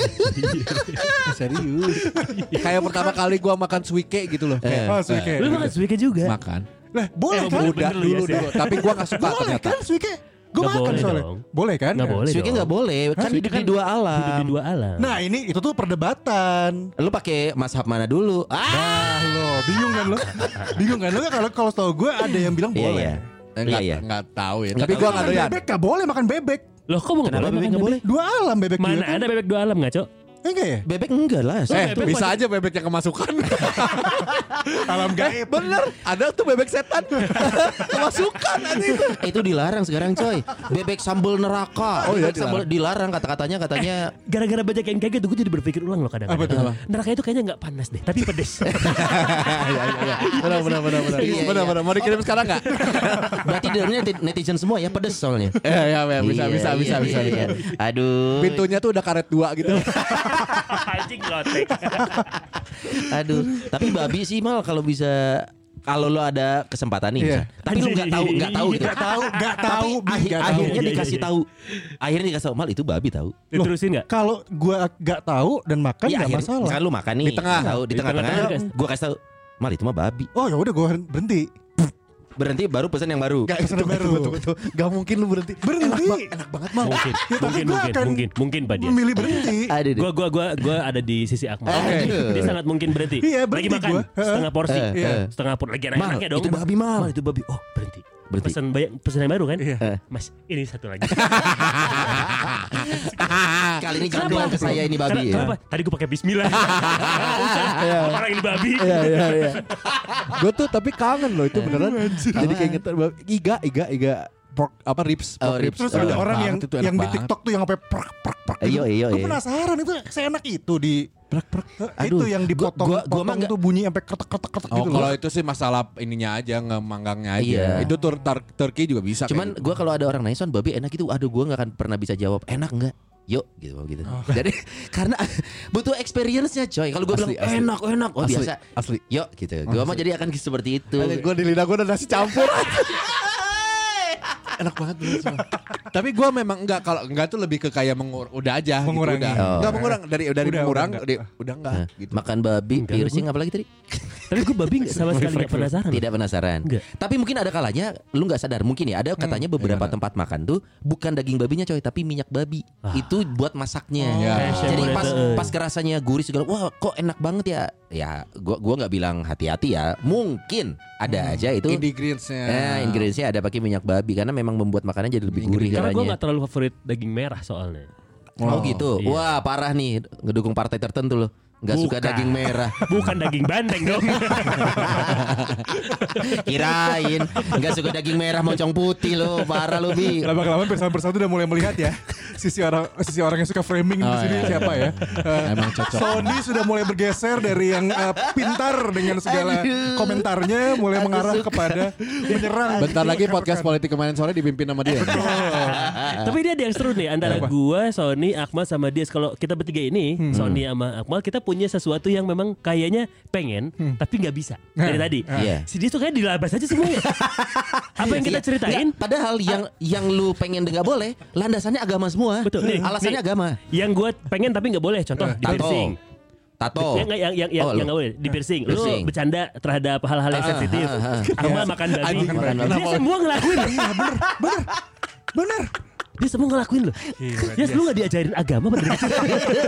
Speaker 1: Serius. Kayak pertama kali gue makan suike gitu loh.
Speaker 4: Oh suike.
Speaker 2: Lu makan suike juga?
Speaker 1: Makan.
Speaker 4: Lah boleh kan?
Speaker 1: Udah dulu. Tapi gue gak suka
Speaker 4: Boleh
Speaker 1: ternyata.
Speaker 4: kan suike? Gue
Speaker 2: Nggak
Speaker 4: makan
Speaker 2: boleh
Speaker 4: soalnya.
Speaker 2: dong.
Speaker 4: Boleh kan?
Speaker 2: Nggak boleh
Speaker 3: Suike
Speaker 2: dong.
Speaker 3: nggak boleh, kan hidup di dua alam.
Speaker 2: Hidup di dua alam.
Speaker 4: Nah ini itu tuh perdebatan.
Speaker 3: Lu pakai mazhab mana dulu?
Speaker 4: Nah lo bingung kan lo? Bingung kan lo? Kalau tau gue ada yang bilang boleh.
Speaker 1: Enggak tahu ya. Tapi gue nggak doyan.
Speaker 4: Bebek gak boleh makan bebek.
Speaker 2: Loh kok mau
Speaker 3: Kenapa bebek nggak boleh?
Speaker 4: Dua alam bebek
Speaker 2: Mana
Speaker 4: juga kan?
Speaker 2: ada bebek dua alam ngaco?
Speaker 4: Enggak ya?
Speaker 3: Bebek enggak lah.
Speaker 2: bebek
Speaker 1: Bisa
Speaker 2: masih-
Speaker 1: aja bebek yang kemasukan.
Speaker 4: Alam gaib.
Speaker 1: Bener, ada tuh bebek setan. Kemasukan aja itu.
Speaker 3: Itu dilarang sekarang coy. Bebek sambal neraka.
Speaker 1: Oh iya,
Speaker 3: Bebek sambal dilarang katanya.
Speaker 2: Gara-gara banyak yang kayak gitu gue jadi berpikir ulang loh kadang-kadang.
Speaker 4: Apa tuh?
Speaker 2: Neraka itu kayaknya gak panas deh, tapi pedes.
Speaker 1: Bener. Mau dikirim sekarang nggak?
Speaker 3: Berarti di dalamnya netizen semua ya pedes soalnya.
Speaker 1: Ya, bisa.
Speaker 3: Iya. Aduh.
Speaker 1: Pintunya tuh udah karet 2 gitu.
Speaker 2: Anjing lotek.
Speaker 3: Aduh. Tapi babi sih mal kalau bisa. Kalau lo ada kesempatan nih,
Speaker 1: Iya.
Speaker 3: bisa. Tapi lo nggak tahu gitu.
Speaker 4: Gak tahu.
Speaker 3: Akhirnya
Speaker 2: Iya,
Speaker 3: dikasih
Speaker 2: iya.
Speaker 3: tahu. Akhirnya dikasih tahu mal itu babi tahu.
Speaker 2: Diterusin gak?
Speaker 4: Kalau gue gak tahu dan makan
Speaker 3: Iya,
Speaker 4: gak
Speaker 3: akhirnya,
Speaker 4: masalah.
Speaker 3: misalkan lu makan nih,
Speaker 1: Di tengah.
Speaker 3: tahu di tengah-tengah, gue kasih tahu, mal itu mah babi.
Speaker 4: Oh ya udah gue berhenti.
Speaker 3: Berhenti baru pesan yang baru.
Speaker 4: Gak pesan baru.
Speaker 1: Betul. Gak mungkin lu berhenti. Enak banget mal.
Speaker 2: Mungkin Pak dia.
Speaker 4: Memilih berhenti.
Speaker 3: Ada deh.
Speaker 2: Gua ada di sisi Akmal.
Speaker 3: Oke.
Speaker 2: Dia sangat mungkin berhenti.
Speaker 4: Iya,
Speaker 2: Lagi
Speaker 4: berhenti
Speaker 2: makan
Speaker 4: gua.
Speaker 2: setengah porsi.
Speaker 4: Iya.
Speaker 2: Setengah porsi lagi
Speaker 3: Mal,
Speaker 2: enak-enaknya dong.
Speaker 3: itu babi mal.
Speaker 2: Itu babi. Oh, berhenti.
Speaker 3: Berhenti.
Speaker 2: Pesan yang baru kan?
Speaker 4: Iya.
Speaker 2: Mas, ini satu lagi.
Speaker 3: Kali ini jangan bilang ke saya ini babi.
Speaker 2: Kenapa? Tadi gue pakai bismillah. Orang ini babi.
Speaker 1: Iya. Gue tuh tapi kangen loh itu beneran. Jadi keingetan iga pork ribs.
Speaker 3: Oh, ribs.
Speaker 4: Terus ada orang yang
Speaker 1: Banget, itu enak
Speaker 4: di
Speaker 1: banget.
Speaker 4: TikTok tuh yang sampai prak
Speaker 3: Iya.
Speaker 4: Gue penasaran itu seenak itu di prak.
Speaker 3: Aduh,
Speaker 4: Itu yang dipotong
Speaker 3: gua mah
Speaker 4: tuh bunyi sampai kretek
Speaker 1: Oh,
Speaker 4: gitu
Speaker 1: kalau
Speaker 4: loh.
Speaker 1: itu sih masalah ininya aja, ngemanggangnya aja.
Speaker 3: Iya.
Speaker 1: Itu Turki juga bisa.
Speaker 3: Cuman
Speaker 1: kayak gitu.
Speaker 3: gue kalau ada orang nanya soal babi enak itu, aduh gue nggak akan pernah bisa jawab enak nggak. Yuk gitu. Jadi karena butuh experience-nya coy. Kalau gue bilang
Speaker 1: Asli.
Speaker 3: enak, oh
Speaker 1: Asli,
Speaker 3: biasa.
Speaker 1: asli.
Speaker 3: Yuk gitu. Gue mah jadi akan seperti itu.
Speaker 1: Gue di lidah gue udah nasi campur. Enak banget bener semua. Tapi gue memang kalau enggak tuh lebih ke kayak udah aja
Speaker 4: Mengurangi.
Speaker 1: gitu, udah.
Speaker 3: Oh.
Speaker 1: Enggak mengurang dari mengurang udah enggak
Speaker 3: Nah,
Speaker 1: gitu.
Speaker 3: makan babi, piercing apalagi tadi?
Speaker 2: Tapi gue babi sama sekali gak penasaran.
Speaker 3: Tidak penasaran.
Speaker 2: Enggak.
Speaker 3: Tapi mungkin ada kalanya lu nggak sadar. Mungkin ya ada katanya beberapa tempat makan tuh bukan daging babinya coy, tapi minyak babi. Itu buat masaknya.
Speaker 1: Ya.
Speaker 3: Jadi
Speaker 2: Boleh.
Speaker 3: pas kerasanya gurih segala, wah kok enak banget ya. Ya gua nggak bilang hati-hati ya. Mungkin ada aja itu.
Speaker 1: Ingredients-nya.
Speaker 3: Ingredientsnya ada pakai minyak babi karena memang membuat makanan jadi lebih gurih
Speaker 2: Karena gue
Speaker 3: caranya.
Speaker 2: gak terlalu favorit daging merah soalnya.
Speaker 3: Oh gitu.
Speaker 2: Iya.
Speaker 3: Wah parah nih ngedukung partai tertentu loh. Gak suka
Speaker 2: Bukan.
Speaker 3: daging merah.
Speaker 2: Bukan daging banteng dong.
Speaker 3: Kirain gak suka daging merah moncong putih lo. Parah lo Bi.
Speaker 4: Lama-kelamaan persatu udah mulai melihat ya sisi orang yang suka framing di sini siapa ya.
Speaker 1: Emang cocok.
Speaker 4: Sony sudah mulai bergeser dari yang pintar dengan segala komentarnya mulai mengarah kepada menyerang.
Speaker 1: Bentar lagi podcast politik kemarin sore dipimpin sama dia.
Speaker 2: Tapi dia ada yang seru nih antara gua, Sony, Akmal sama dia. Kalau kita bertiga ini, Sony sama Akmal, kita punya sesuatu yang memang kayaknya pengen tapi nggak bisa dari tadi.
Speaker 3: Iya.
Speaker 2: Si dia tuh kayak dilabas aja semuanya. Apa yang kita
Speaker 3: Iya.
Speaker 2: ceritain?
Speaker 3: Nggak, padahal yang lu pengen nggak boleh, landasannya agama semua.
Speaker 2: Betul. Nih,
Speaker 3: Alasannya
Speaker 2: nih.
Speaker 3: agama.
Speaker 2: Yang gue pengen tapi nggak boleh. Contoh di piercing.
Speaker 3: Tato.
Speaker 2: Yang nggak boleh di piercing. Lu
Speaker 3: Piercing.
Speaker 2: bercanda terhadap hal-hal yang sensitif. Akmal makan babi.
Speaker 3: Makan babi.
Speaker 2: Dia semua ngelakuin.
Speaker 4: Bener.
Speaker 2: Dia semua ngelakuin loh. Yes, lu gak diajarin agama pada dari kecil.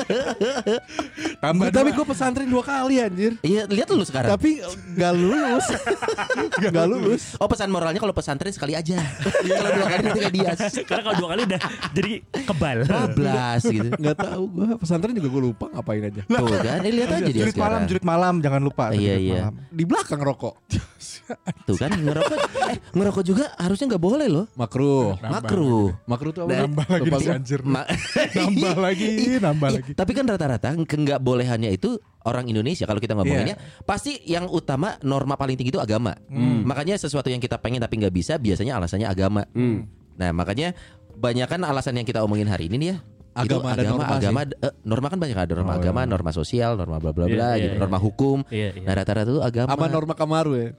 Speaker 1: Tapi gue pesantren 2 kali anjir.
Speaker 3: Iya, lihat lu sekarang.
Speaker 1: Tapi gak lulus. Gak lulus.
Speaker 3: Oh, pesan moralnya kalau pesantren sekali aja. Kalau 2 kali nanti kayak dia.
Speaker 2: Karena kalau 2 kali udah jadi kebal.
Speaker 3: Bablas gitu.
Speaker 1: Gak tahu gue pesantren juga gue lupa ngapain aja.
Speaker 3: Tuh kan, lihat aja dia sekarang.
Speaker 4: Jurit malam jangan lupa.
Speaker 3: Iya.
Speaker 1: Di belakang rokok.
Speaker 3: Tuh kan ngerokok juga harusnya nggak boleh loh.
Speaker 1: Makruh tuh apa?
Speaker 4: Nambah lagi nih, anjir. Nambah lagi.
Speaker 3: Tapi kan rata-rata nggak bolehannya itu orang Indonesia kalau kita ngomonginnya pasti yang utama norma paling tinggi itu agama. Makanya sesuatu yang kita pengen tapi nggak bisa biasanya alasannya agama. Nah makanya banyak kan alasan yang kita omongin hari ini nih ya.
Speaker 1: Agama,
Speaker 3: norma kan banyak, ada norma agama, norma sosial, norma bla bla bla, gitu, norma hukum. Nah rata-rata itu agama.
Speaker 1: Sama norma Kamaru ya.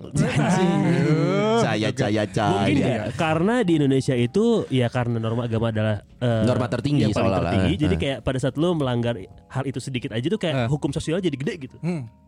Speaker 3: Saya
Speaker 2: Mungkin ya, karena di Indonesia itu ya karena norma agama adalah
Speaker 3: norma tertinggi seolah-olah.
Speaker 2: Jadi kayak pada saat lu melanggar hal itu sedikit aja tuh kayak hukum sosial jadi gede gitu.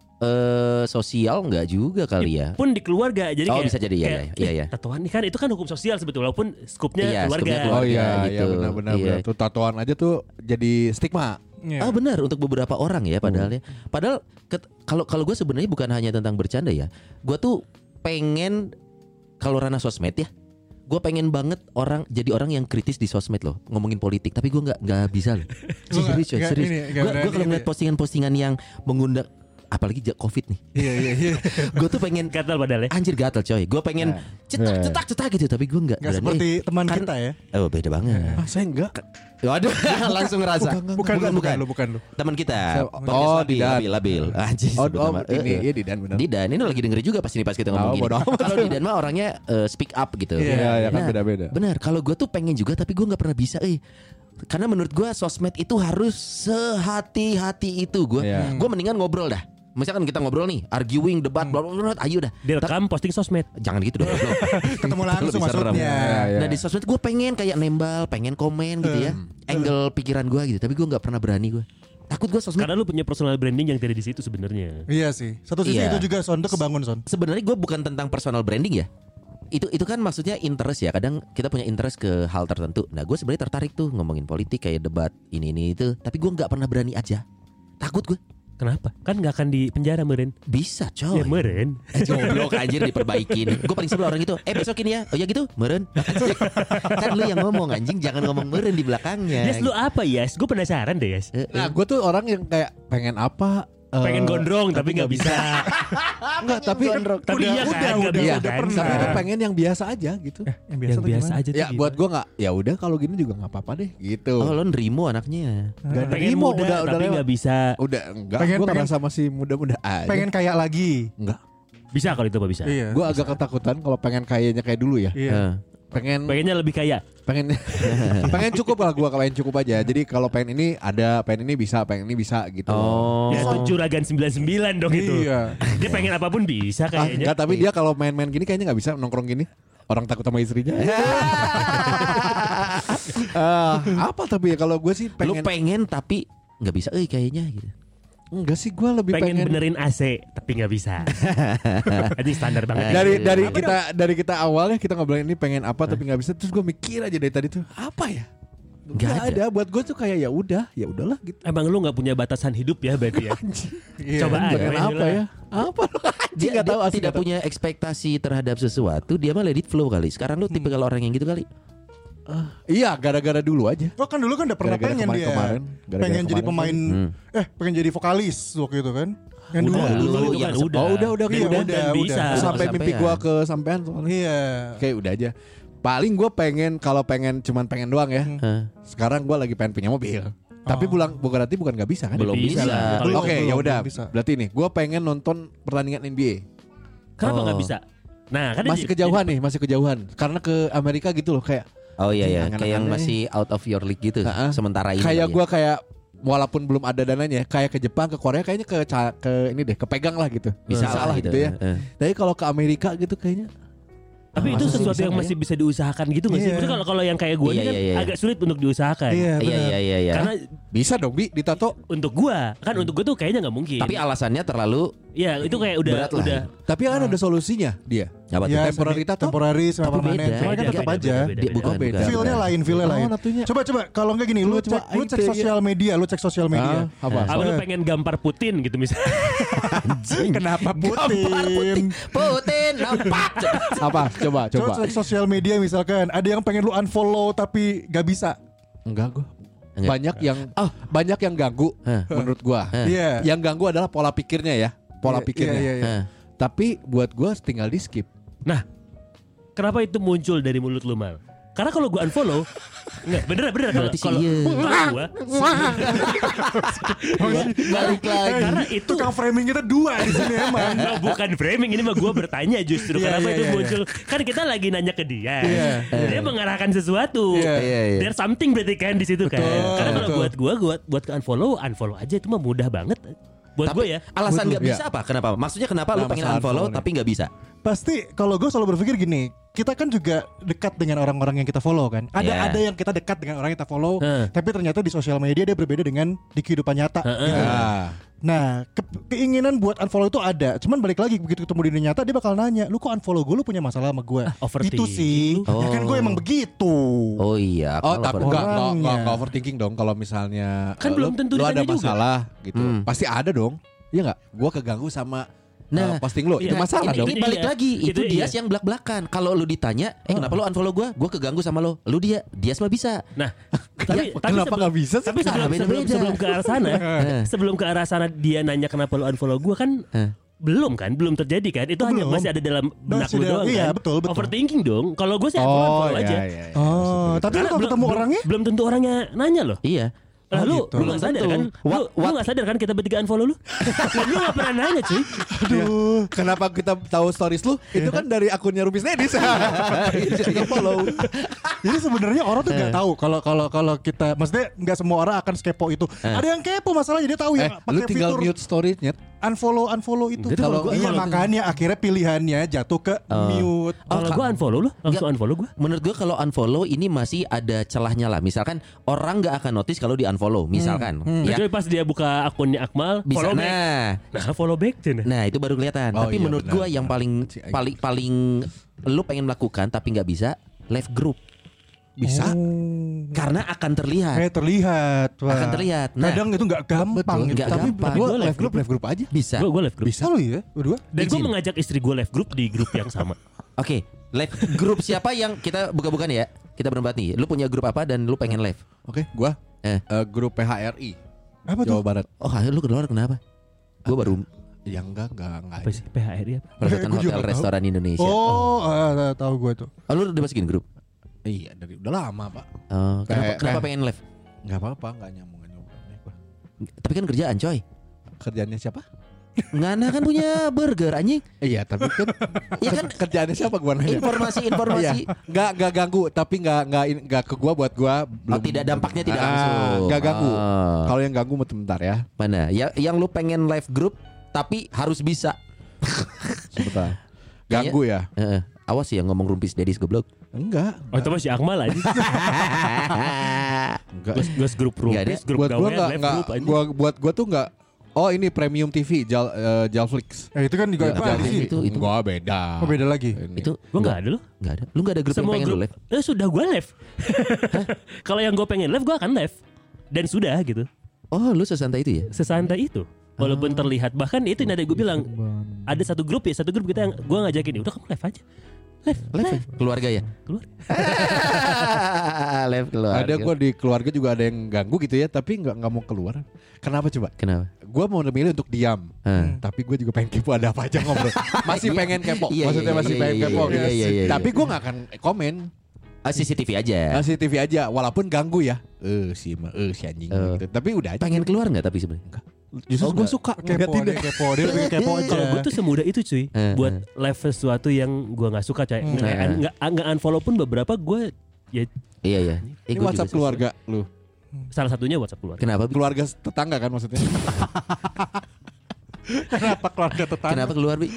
Speaker 3: Sosial enggak juga kali ya.
Speaker 2: Pun di keluarga jadi kayak
Speaker 3: bisa jadi ya.
Speaker 2: Tatoan ini kan itu kan hukum sosial sebetulnya walaupun skupnya keluarga.
Speaker 3: Oh
Speaker 1: iya
Speaker 3: gitu.
Speaker 1: Benar. Tuh tatoan aja tuh jadi stigma.
Speaker 3: Oh benar untuk beberapa orang ya padahal ya. Padahal kalau gue sebenarnya bukan hanya tentang bercanda ya. Gue tuh pengen kalau ranah sosmed ya. Gue pengen banget jadi orang yang kritis di sosmed loh, ngomongin politik. Tapi gue nggak bisa loh. Serius. Gue kalau ngeliat postingan-postingan yang mengundang apalagi Covid nih.
Speaker 4: Iya.
Speaker 3: Gue tuh pengen
Speaker 2: gatal padahal ya.
Speaker 3: Anjir gatal coy. Gue pengen cetak gitu tapi gue enggak
Speaker 4: seperti teman kita ya.
Speaker 3: Oh beda banget.
Speaker 1: Saya enggak.
Speaker 3: Waduh, langsung ngerasa.
Speaker 4: Bukan lu.
Speaker 3: Teman kita. Labil. Anjir.
Speaker 1: Ini Didan benar.
Speaker 3: Didan ini lagi dengerin juga pas kita ngomong gini. Kalau Didan mah orangnya speak up gitu.
Speaker 1: Iya, kan beda-beda.
Speaker 3: Benar. Kalau gue tuh pengen juga tapi gue enggak pernah bisa karena menurut gue sosmed itu harus sehati-hati itu gue. Gue mendingan ngobrol dah. Misalkan kita ngobrol nih, arguing, debat, bla bla bla, ayo dah.
Speaker 2: Direkam posting sosmed.
Speaker 3: Jangan gitu dong.
Speaker 4: Ketemu langsung maksudnya.
Speaker 3: Nah di sosmed gue pengen kayak nembal, pengen komen gitu ya. Angle pikiran gue gitu, tapi gue nggak pernah berani gue. Takut gue sosmed.
Speaker 2: Karena lu punya personal branding yang tidak di situ sebenarnya.
Speaker 4: Iya sih. Satu sisi itu juga Son tuh kebangun Son.
Speaker 3: Sebenarnya gue bukan tentang personal branding ya. Itu kan maksudnya interest ya. Kadang kita punya interest ke hal tertentu. Nah gue sebenarnya tertarik tuh ngomongin politik kayak debat ini itu. Tapi gue nggak pernah berani aja. Takut gue.
Speaker 2: Kenapa? Kan gak akan di penjara meren.
Speaker 3: Bisa coy.
Speaker 2: Ya meren.
Speaker 3: Goblok anjir diperbaikin. Gue paling sebel orang gitu. Besok ini ya. Oh ya gitu meren. Kan lu yang ngomong anjing. Jangan ngomong meren di belakangnya.
Speaker 2: Yes lu apa Yes? Gue penasaran deh Yes.
Speaker 1: Nah gue tuh orang yang kayak pengen apa.
Speaker 2: Pengen gondrong tapi gak bisa.
Speaker 1: Enggak tapi
Speaker 2: iya kan
Speaker 1: Tapi pengen yang biasa aja gitu.
Speaker 2: Yang biasa aja tuh
Speaker 1: ya buat gue gak. Ya udah kalau gini juga gak apa-apa deh gitu.
Speaker 3: Oh lo nerimo anaknya.
Speaker 1: Gak
Speaker 2: pengen
Speaker 1: nerimo
Speaker 2: muda tapi gak bisa.
Speaker 1: Udah enggak. Gue merasa masih muda-muda aja.
Speaker 4: Pengen kaya lagi.
Speaker 1: Enggak.
Speaker 2: Bisa kalau itu bisa.
Speaker 4: Iya,
Speaker 1: gue agak ketakutan kalau pengen kayaknya kayak dulu ya.
Speaker 4: Iya.
Speaker 2: Pengennya lebih kaya.
Speaker 1: Pengen cukup lah gue, pengen cukup aja. Jadi kalau pengen ini ada, pengen ini bisa gitu.
Speaker 3: Oh.
Speaker 2: Ya itu Juragan 99 dong itu.
Speaker 4: Iya.
Speaker 2: Dia pengen apapun bisa kayaknya.
Speaker 1: Enggak, tapi dia kalau main-main gini kayaknya nggak bisa nongkrong gini. Orang takut sama istrinya. Apa tapi ya kalau gue sih pengen.
Speaker 3: Lu pengen tapi nggak bisa kayaknya gitu.
Speaker 1: Enggak sih, gue lebih pengen
Speaker 2: benerin AC tapi nggak bisa. Itu standar banget.
Speaker 1: Dari kita awalnya kita ngobrolin ini pengen apa tapi nggak bisa, terus gue mikir aja dari tadi tuh apa ya? Gak ada. Buat gue tuh kayak ya udahlah gitu.
Speaker 2: Emang lu nggak punya batasan hidup ya berarti ya? Coba
Speaker 1: pengen apa ya? Apa lu
Speaker 3: dia nggak tahu tidak punya ekspektasi terhadap sesuatu, dia mah let it flow kali. Sekarang lu tipe kalau orang yang gitu kali.
Speaker 1: Iya, gara-gara dulu aja.
Speaker 4: Oh kan dulu kan udah pernah pengen dia. Pengen jadi pemain pengen jadi vokalis waktu itu kan.
Speaker 2: Udah
Speaker 1: bisa. Sampai mimpi gua kesampean soalnya.
Speaker 4: Iya.
Speaker 1: Kayak udah aja. Paling gua kalau pengen cuman pengen doang ya. Sekarang gua lagi pengen punya mobil. Tapi bukan nggak bisa kan?
Speaker 3: Belum bisa.
Speaker 1: Oke, ya udah. Berarti nih, gua pengen nonton pertandingan NBA.
Speaker 2: Kenapa nggak bisa? Nah, kan
Speaker 1: masih kejauhan. Karena ke Amerika gitu loh kayak.
Speaker 3: Oh iya, kayak yang masih out of your league gitu. Sementara ini.
Speaker 1: Kayak gue kayak walaupun belum ada dananya, kayak ke Jepang, ke Korea kayaknya ke ini deh, kepegang lah gitu.
Speaker 3: Bisa lah gitu
Speaker 1: ya. Tapi kalau ke Amerika gitu kayaknya.
Speaker 2: Tapi itu sesuatu yang masih bisa diusahakan gitu nggak sih? Maksudnya kalau yang kayak gue ini kan agak sulit untuk diusahakan.
Speaker 3: Iya.
Speaker 2: Karena
Speaker 1: Bisa dong Bi ditato.
Speaker 2: Untuk gua tuh kayaknya nggak mungkin.
Speaker 3: Tapi alasannya terlalu.
Speaker 2: Ya itu kayak
Speaker 3: berat
Speaker 2: udah.
Speaker 1: Tapi kan ada solusinya dia.
Speaker 3: Apa tuh?
Speaker 4: Ya,
Speaker 1: Temporary tato.
Speaker 4: Temporary sama
Speaker 3: Tapi
Speaker 4: permanen.
Speaker 3: beda.
Speaker 4: Cuma kan tetap aja.
Speaker 3: Bukan.
Speaker 4: Feelnya lain.
Speaker 1: natunya.
Speaker 4: Coba kalau enggak gini, lu cek sosial media,
Speaker 1: Apa?
Speaker 2: Apa lu pengen gampar Putin gitu misalnya?
Speaker 4: Kenapa Putin?
Speaker 3: Putin nampak.
Speaker 1: Apa? Coba.
Speaker 4: Coba cek sosial media misalkan, ada yang pengen lu unfollow tapi gak bisa.
Speaker 1: Enggak gua.
Speaker 3: Enggak.
Speaker 1: Banyak yang ganggu menurut gua.
Speaker 4: Iya.
Speaker 1: Yang ganggu adalah pola pikirnya ya.
Speaker 4: Iya.
Speaker 1: Tapi buat gua tinggal di skip.
Speaker 2: Nah, kenapa itu muncul dari mulut lu Mal? Karena kalau gue unfollow, enggak bener kalau gua
Speaker 3: Balik lagi.
Speaker 2: karena itu
Speaker 4: Tukang framing kita dua di sini emang.
Speaker 2: Nah, bukan framing, ini mah gue bertanya justru kenapa itu muncul. Kan kita lagi nanya ke dia, dia mengarahkan sesuatu. There's something berarti kan di situ kan. Karena kalau buat gue buat ke unfollow aja itu mah mudah banget. Buat gue ya.
Speaker 3: Alasan nggak bisa apa? Kenapa? Maksudnya kenapa lu pengen unfollow tapi nggak bisa?
Speaker 4: Pasti kalau gue selalu berpikir gini, kita kan juga dekat dengan orang-orang yang kita follow kan. Ada yang kita dekat dengan orang yang kita follow, tapi ternyata di sosial media dia berbeda dengan di kehidupan nyata. Gitu. Nah, keinginan buat unfollow itu ada. Cuman balik lagi begitu ketemu di dunia nyata dia bakal nanya, "Lu kok unfollow gue? Lu punya masalah sama gue?" Itu sih. Ya kan gue emang begitu.
Speaker 3: Oh iya.
Speaker 1: Tapi enggak overthinking dong kalau misalnya
Speaker 2: kan belum tentu
Speaker 1: lu ada
Speaker 2: juga
Speaker 1: masalah gitu. Pasti ada dong. Iya enggak? Gua keganggu sama posting lu. Itu masalah dong.
Speaker 3: Ini balik lagi. Itu Dias yang belak-belakan. Kalau lu ditanya, kenapa lu unfollow gue? Gue keganggu sama lu. Lu Dias mah bisa.
Speaker 2: Nah, tapi
Speaker 1: kenapa nggak bisa sih?
Speaker 2: Tapi sebelum ke arah sana dia nanya kenapa lu unfollow gue kan belum terjadi kan. Itu hanya masih ada dalam benak lu doang
Speaker 4: iya,
Speaker 2: kan.
Speaker 4: Betul.
Speaker 2: Overthinking dong. Kalau gue sih unfollow aja.
Speaker 4: Tapi lu kalau ketemu orangnya
Speaker 2: belum tentu orangnya nanya loh.
Speaker 3: Iya.
Speaker 2: Lu belum sadar kan? Lu gak sadar kan kita bertiga unfollow lu? Lu gak pernah nanya cuy.
Speaker 1: Aduh, kenapa kita tahu stories lu? Itu kan dari akunnya Rubis Nedis. Kita follow.
Speaker 4: Jadi sebenarnya orang tuh nggak tahu kalau kita, maksudnya nggak semua orang akan kepo itu. Ada yang kepo masalahnya dia tahu ya.
Speaker 1: Lu tinggal mute story-nya.
Speaker 4: Unfollow itu. Iya makanya akhirnya pilihannya jatuh ke mute.
Speaker 2: Kalau gue unfollow lu, langsung unfollow gue.
Speaker 3: Menurut gue kalau unfollow ini masih ada celahnya lah. Misalkan orang nggak akan notice kalau di unfollow. Misalkan.
Speaker 2: Kecuali pas dia buka akunnya Akmal,
Speaker 3: bisa
Speaker 2: follow back. Follow back tuh.
Speaker 3: Nah itu baru kelihatan. Tapi menurut gue yang paling lu pengen melakukan tapi nggak bisa, left group.
Speaker 1: Bisa.
Speaker 3: Karena akan terlihat. Akan terlihat.
Speaker 4: Nah, kadang itu nggak gampang.
Speaker 3: Nggak
Speaker 1: Tapi
Speaker 3: gampang.
Speaker 1: gue live group aja.
Speaker 3: Bisa.
Speaker 2: Gue left group.
Speaker 1: Bisa
Speaker 4: lu ya, berdua.
Speaker 2: Dan gue mengajak istri gue left group di grup yang sama.
Speaker 3: Oke, live grup siapa yang kita buka-bukan ya? Kita berempat nih. Lu punya grup apa dan lu pengen live?
Speaker 1: Oke, gua grup PHRI.
Speaker 4: Apa tuh?
Speaker 1: Jawa Barat.
Speaker 3: Oh, lu keluar kenapa? Gua baru
Speaker 1: Ya enggak.
Speaker 2: Apa sih PHRI apa?
Speaker 3: Persatuan Hotel Restoran Indonesia.
Speaker 4: Tahu gue tuh.
Speaker 3: Lu udah masukin grup?
Speaker 1: Iya, udah lama, Pak.
Speaker 3: Oh, kenapa pengen live?
Speaker 1: Enggak apa-apa, enggak nyambung.
Speaker 3: Tapi kan kerjaan, coy.
Speaker 1: Kerjaannya siapa?
Speaker 3: Ngana kan punya burger anjing.
Speaker 1: Iya, tapi kan
Speaker 3: Iya kan
Speaker 1: kerjaannya siapa gua nanya.
Speaker 3: Informasi.
Speaker 1: Enggak ganggu, tapi enggak ke gua buat gua belum.
Speaker 3: Tidak dampaknya tidak langsung.
Speaker 1: Enggak ganggu. Kalau yang ganggu bentar ya.
Speaker 3: Mana? Yang lu pengen live grup tapi harus bisa.
Speaker 1: Sebentar. Ganggu ya?
Speaker 3: Awas ya ngomong Rumpis Dedis goblok.
Speaker 1: Enggak.
Speaker 2: Oh itu masih Akmal aja.
Speaker 1: Enggak.
Speaker 2: Gue grup Rumpis, grup gawean, live group aja.
Speaker 1: Buat gua tuh enggak. Oh ini Premium TV Jalflix.
Speaker 4: Itu kan juga
Speaker 3: itu
Speaker 1: Gua beda.
Speaker 4: Oh beda lagi.
Speaker 3: Itu
Speaker 2: Gue gak ada loh.
Speaker 3: Gak ada. Lu gak ada grup yang pengen lu live?
Speaker 2: Sudah gue live. Kalau yang gue pengen live gue akan live. Dan sudah gitu.
Speaker 3: Oh lu sesantai itu ya?
Speaker 2: Sesantai itu. Walaupun terlihat. Bahkan itu yang gue bilang. Ada satu grup kita yang gue ngajakin. Udah kamu live aja. Live.
Speaker 3: Keluarga ya? Live keluarga.
Speaker 1: Ada gue di keluarga juga ada yang ganggu gitu ya. Tapi gak mau keluar. Kenapa coba?
Speaker 3: Kenapa?
Speaker 1: Gue mau memilih untuk diam. Tapi gue juga pengen kepo ada apa aja ngobrol. Masih pengen kepo. Maksudnya masih pengen kepo. Tapi gue gak akan komen.
Speaker 3: CCTV aja.
Speaker 1: CCTV aja. Walaupun ganggu ya. Si anjing gitu. Tapi udah aja.
Speaker 3: Pengen keluar gak tapi sebenarnya?
Speaker 1: Justru gue suka
Speaker 4: kepo. Dia lebih kepo aja.
Speaker 2: Kalau gue tuh semudah itu cuy. Buat live sesuatu yang gue gak suka coy. Nggak unfollow pun beberapa gue ya.
Speaker 3: Iya.
Speaker 1: Ini WhatsApp keluarga lu.
Speaker 2: Salah satunya WhatsApp keluarga.
Speaker 3: Kenapa?
Speaker 1: Keluarga tetangga kan maksudnya.
Speaker 4: Kenapa keluarga tetangga?
Speaker 3: Kenapa keluar Bi?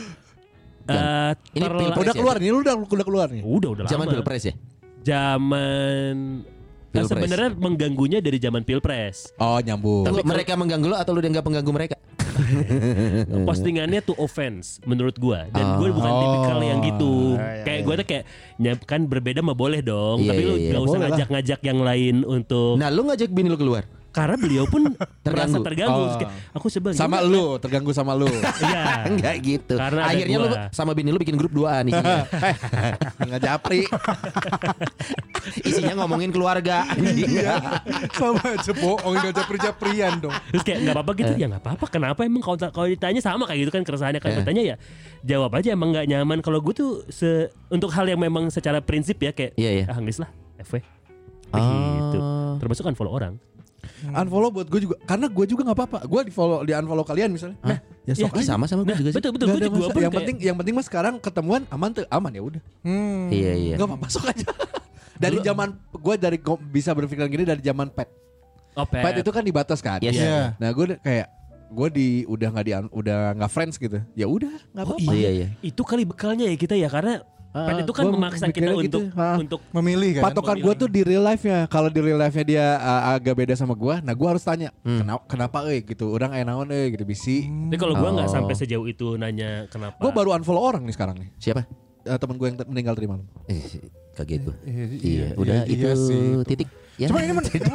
Speaker 1: Ini udah keluar nih, lu udah keluar nih.
Speaker 2: Udah lama.
Speaker 3: Zaman Pilpres ya?
Speaker 2: Zaman Sebenarnya mengganggunya dari zaman Pilpres.
Speaker 1: Oh, nyambung.
Speaker 3: Tunggu, mereka mengganggu lo atau lu dianggap pengganggu mereka?
Speaker 2: Postingannya tuh offense menurut gua, dan gue bukan tipikal yang gitu. Kayak gue tuh kayak kan berbeda mah boleh dong, tapi lu gak usah ngajak-ngajak yang lain untuk.
Speaker 3: Nah, lu ngajak bini lu keluar.
Speaker 2: Karena beliau pun merasa terganggu. Aku sebel.
Speaker 1: Sama lu, terganggu sama lu.
Speaker 2: Iya.
Speaker 3: Enggak gitu.
Speaker 2: Karena
Speaker 3: akhirnya lu sama bini lu bikin grup 2 nih.
Speaker 1: Enggak japri.
Speaker 3: Isinya ngomongin keluarga.
Speaker 4: Sama aja bohong, gak japri-japrian dong.
Speaker 2: Terus kayak nggak apa-apa gitu, ya nggak apa-apa. Kenapa emang kalau ditanya sama kayak gitu kan keresahannya kan bertanya ya jawab aja emang nggak nyaman. Kalau gue tuh untuk hal yang memang secara prinsip ya kayak nggak lah FW gitu. Termasuk unfollow orang.
Speaker 1: Unfollow buat gue juga, karena gue juga nggak apa-apa. Gue di unfollow kalian misalnya.
Speaker 3: Ya sok aja. Sama gue juga sih.
Speaker 2: Betul gue juga pun
Speaker 1: yang penting mas sekarang ketemuan aman ya udah.
Speaker 3: Iya.
Speaker 1: Nggak apa-apa, sok aja. Dari zaman gue bisa berpikiran gini dari zaman pet. Pet itu kan dibatas kan.
Speaker 3: Yes.
Speaker 1: Yeah. Nah gue kayak udah nggak friends gitu. Ya udah nggak apa-apa.
Speaker 3: Iya.
Speaker 2: Itu kali bekalnya ya kita ya, karena Pet itu kan memaksa kita untuk
Speaker 4: memilih kan.
Speaker 1: Patokan gue tuh di real life-nya. Kalau di real life-nya dia agak beda sama gue, nah gue harus tanya kenapa gitu. Orang naon gitu bisi.
Speaker 2: Tapi kalau gue nggak sampai sejauh itu nanya kenapa.
Speaker 1: Gue baru unfollow orang nih sekarang nih.
Speaker 3: Siapa?
Speaker 1: Temen gue yang meninggal tadi malam.
Speaker 3: Kaget gue. Iya, udah itu titik. Ya.
Speaker 4: Cuma ini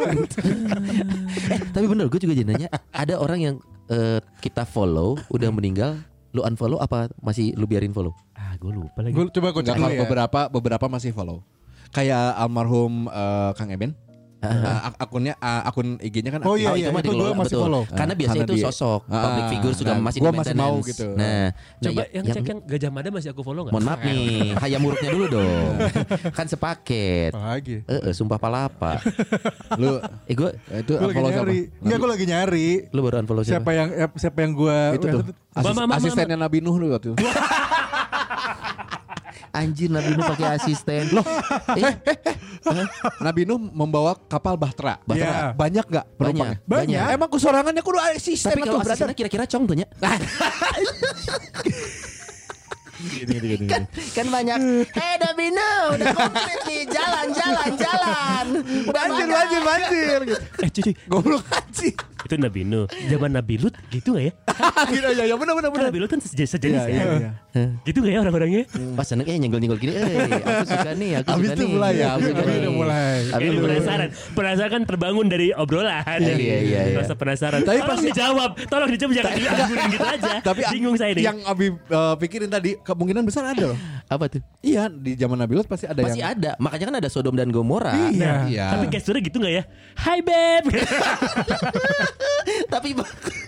Speaker 3: tapi bener gue juga jadi nanya. Ada orang yang kita follow udah meninggal, lu unfollow apa masih lu biarin follow?
Speaker 2: Gue lupa lagi.
Speaker 4: Coba gue cek dulu ya.
Speaker 1: Beberapa masih follow. Kayak almarhum Kang Eben. Akun IG-nya kan.
Speaker 4: Oh iya,
Speaker 3: itu mah
Speaker 4: itu gue masih follow.
Speaker 3: Karena biasanya itu sosok public figure juga masih
Speaker 1: gue
Speaker 3: maintenance.
Speaker 1: masih mau gitu.
Speaker 2: Nah, coba yang cek yang Gajah Mada masih aku follow nggak?
Speaker 3: Mohon maaf nih, hayam muruknya dulu dong. Kan sepaket.
Speaker 4: Lagi.
Speaker 3: Sumpah palapa.
Speaker 1: Lu
Speaker 3: gue
Speaker 1: itu
Speaker 4: lagi nyari. Enggak, gue lagi nyari.
Speaker 3: Lu baru unfollow siapa?
Speaker 4: Siapa yang gue
Speaker 1: itu tuh. Asistennya Nabi Nuh lu waktu itu.
Speaker 3: Anjir, Nabi Nuh pakai asisten. Loh.
Speaker 1: Nabi Nuh membawa kapal Bahtera.
Speaker 4: Yeah.
Speaker 1: Banyak gak penumpangnya?
Speaker 3: Banyak.
Speaker 1: Emang kesorangannya kudu asisten.
Speaker 3: Tapi kalau asistennya kira-kira cong tuh nya. Kan banyak. Nabi Nuh udah komplit nih, jalan. Udah
Speaker 1: banjir gitu.
Speaker 2: Cuy,
Speaker 1: goblok anjing.
Speaker 2: Itu Nabi Nuh. Zaman Nabi Lut gitu gak ya?
Speaker 1: Gitu ya benar.
Speaker 2: Nabi Lut kan sejenis
Speaker 1: ya.
Speaker 2: Gitu gak ya orang-orangnya?
Speaker 3: Pas anak nyenggol-nyenggol gini, aku suka nih.
Speaker 1: Abis itu mulai ya.
Speaker 2: Penasaran kan terbangun dari obrolan.
Speaker 3: Iya.
Speaker 2: Rasa penasaran.
Speaker 1: Tapi
Speaker 2: tolong dijawab jangan dianggurin gitu aja.
Speaker 1: Tapi
Speaker 2: bingung saya nih.
Speaker 1: Yang Abi pikirin tadi kemungkinan besar ada loh.
Speaker 3: Apa tuh?
Speaker 1: Iya, di zaman Nabi Lut pasti ada
Speaker 3: yang ada. Makanya kan ada Sodom dan Gomora.
Speaker 1: Iya.
Speaker 2: Tapi gesturnya gitu gak ya? Hai babe.
Speaker 3: Tapi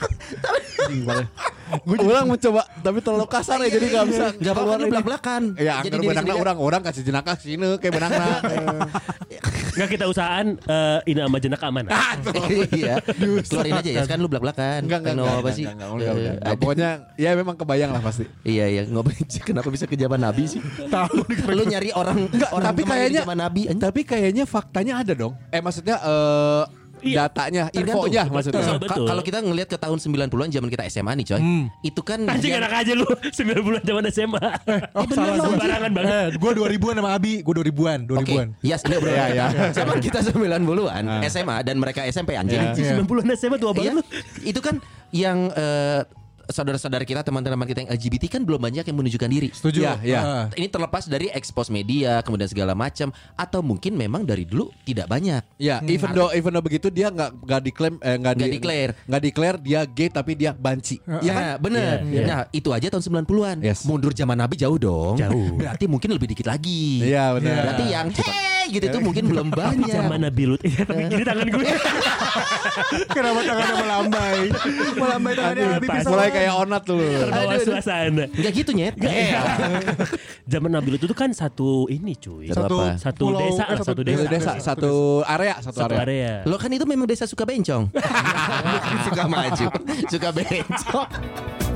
Speaker 1: orang mencoba tapi terlalu kasar ya, jadi gak bisa.
Speaker 3: Gak apa-apa, belak-belakan.
Speaker 1: Ya angker benangna orang kasih jenaka sini kayak benangna.
Speaker 2: Gak kita usahaan ini sama jenaka aman.
Speaker 3: Iya. Keluarin aja ya, kan lu belak-belakan.
Speaker 1: Enggak apa sih. Pokoknya ya memang kebayang lah pasti.
Speaker 3: Iya. Kenapa bisa ke zaman Nabi sih? Tahu. Lu nyari orang
Speaker 1: tapi kayaknya
Speaker 3: zaman Nabi.
Speaker 1: Tapi kayaknya faktanya ada dong. Maksudnya datanya, infonya maksudnya.
Speaker 3: Kalau kita ngelihat ke tahun 90-an zaman kita SMA nih coy. Itu kan
Speaker 2: anjing enak aja lu 90-an zaman SMA.
Speaker 4: Salah
Speaker 2: sembarangan banget.
Speaker 4: Gue 2000-an sama Abi, gue 2000-an.
Speaker 3: Yes, ini bro. Ya. Zaman kita 90-an SMA dan mereka SMP anjing.
Speaker 2: 90-an SMA tua banget lu.
Speaker 3: Itu kan yang saudara-saudara kita, teman-teman kita yang LGBT kan belum banyak yang menunjukkan diri.
Speaker 4: Setuju.
Speaker 3: Ya. Ini terlepas dari expose media kemudian segala macam, atau mungkin memang dari dulu tidak banyak.
Speaker 1: Ya, even though begitu dia nggak diklaim nggak declare dia gay tapi dia banci.
Speaker 3: Iya kan? Bener. Nah, itu aja tahun 90-an.
Speaker 1: Yes.
Speaker 3: Mundur zaman Nabi jauh dong.
Speaker 2: Jauh.
Speaker 3: Berarti mungkin lebih dikit lagi.
Speaker 1: Iya, benar.
Speaker 3: Berarti yang gitu tuh mungkin belum banyak.
Speaker 2: Zaman Nabi Lut. Tapi gini tangan gue.
Speaker 4: Kenapa tangannya melambai? Melambai tangannya Abi bisa.
Speaker 1: Mulai kayak onat tuh.
Speaker 2: Terbawa suasana.
Speaker 3: Enggak gitu nyet.
Speaker 2: Zaman Nabi Lut itu kan satu ini cuy. Satu desa.
Speaker 1: Satu area.
Speaker 3: Lo kan itu memang desa suka bencong. Suka maju. Suka bencong.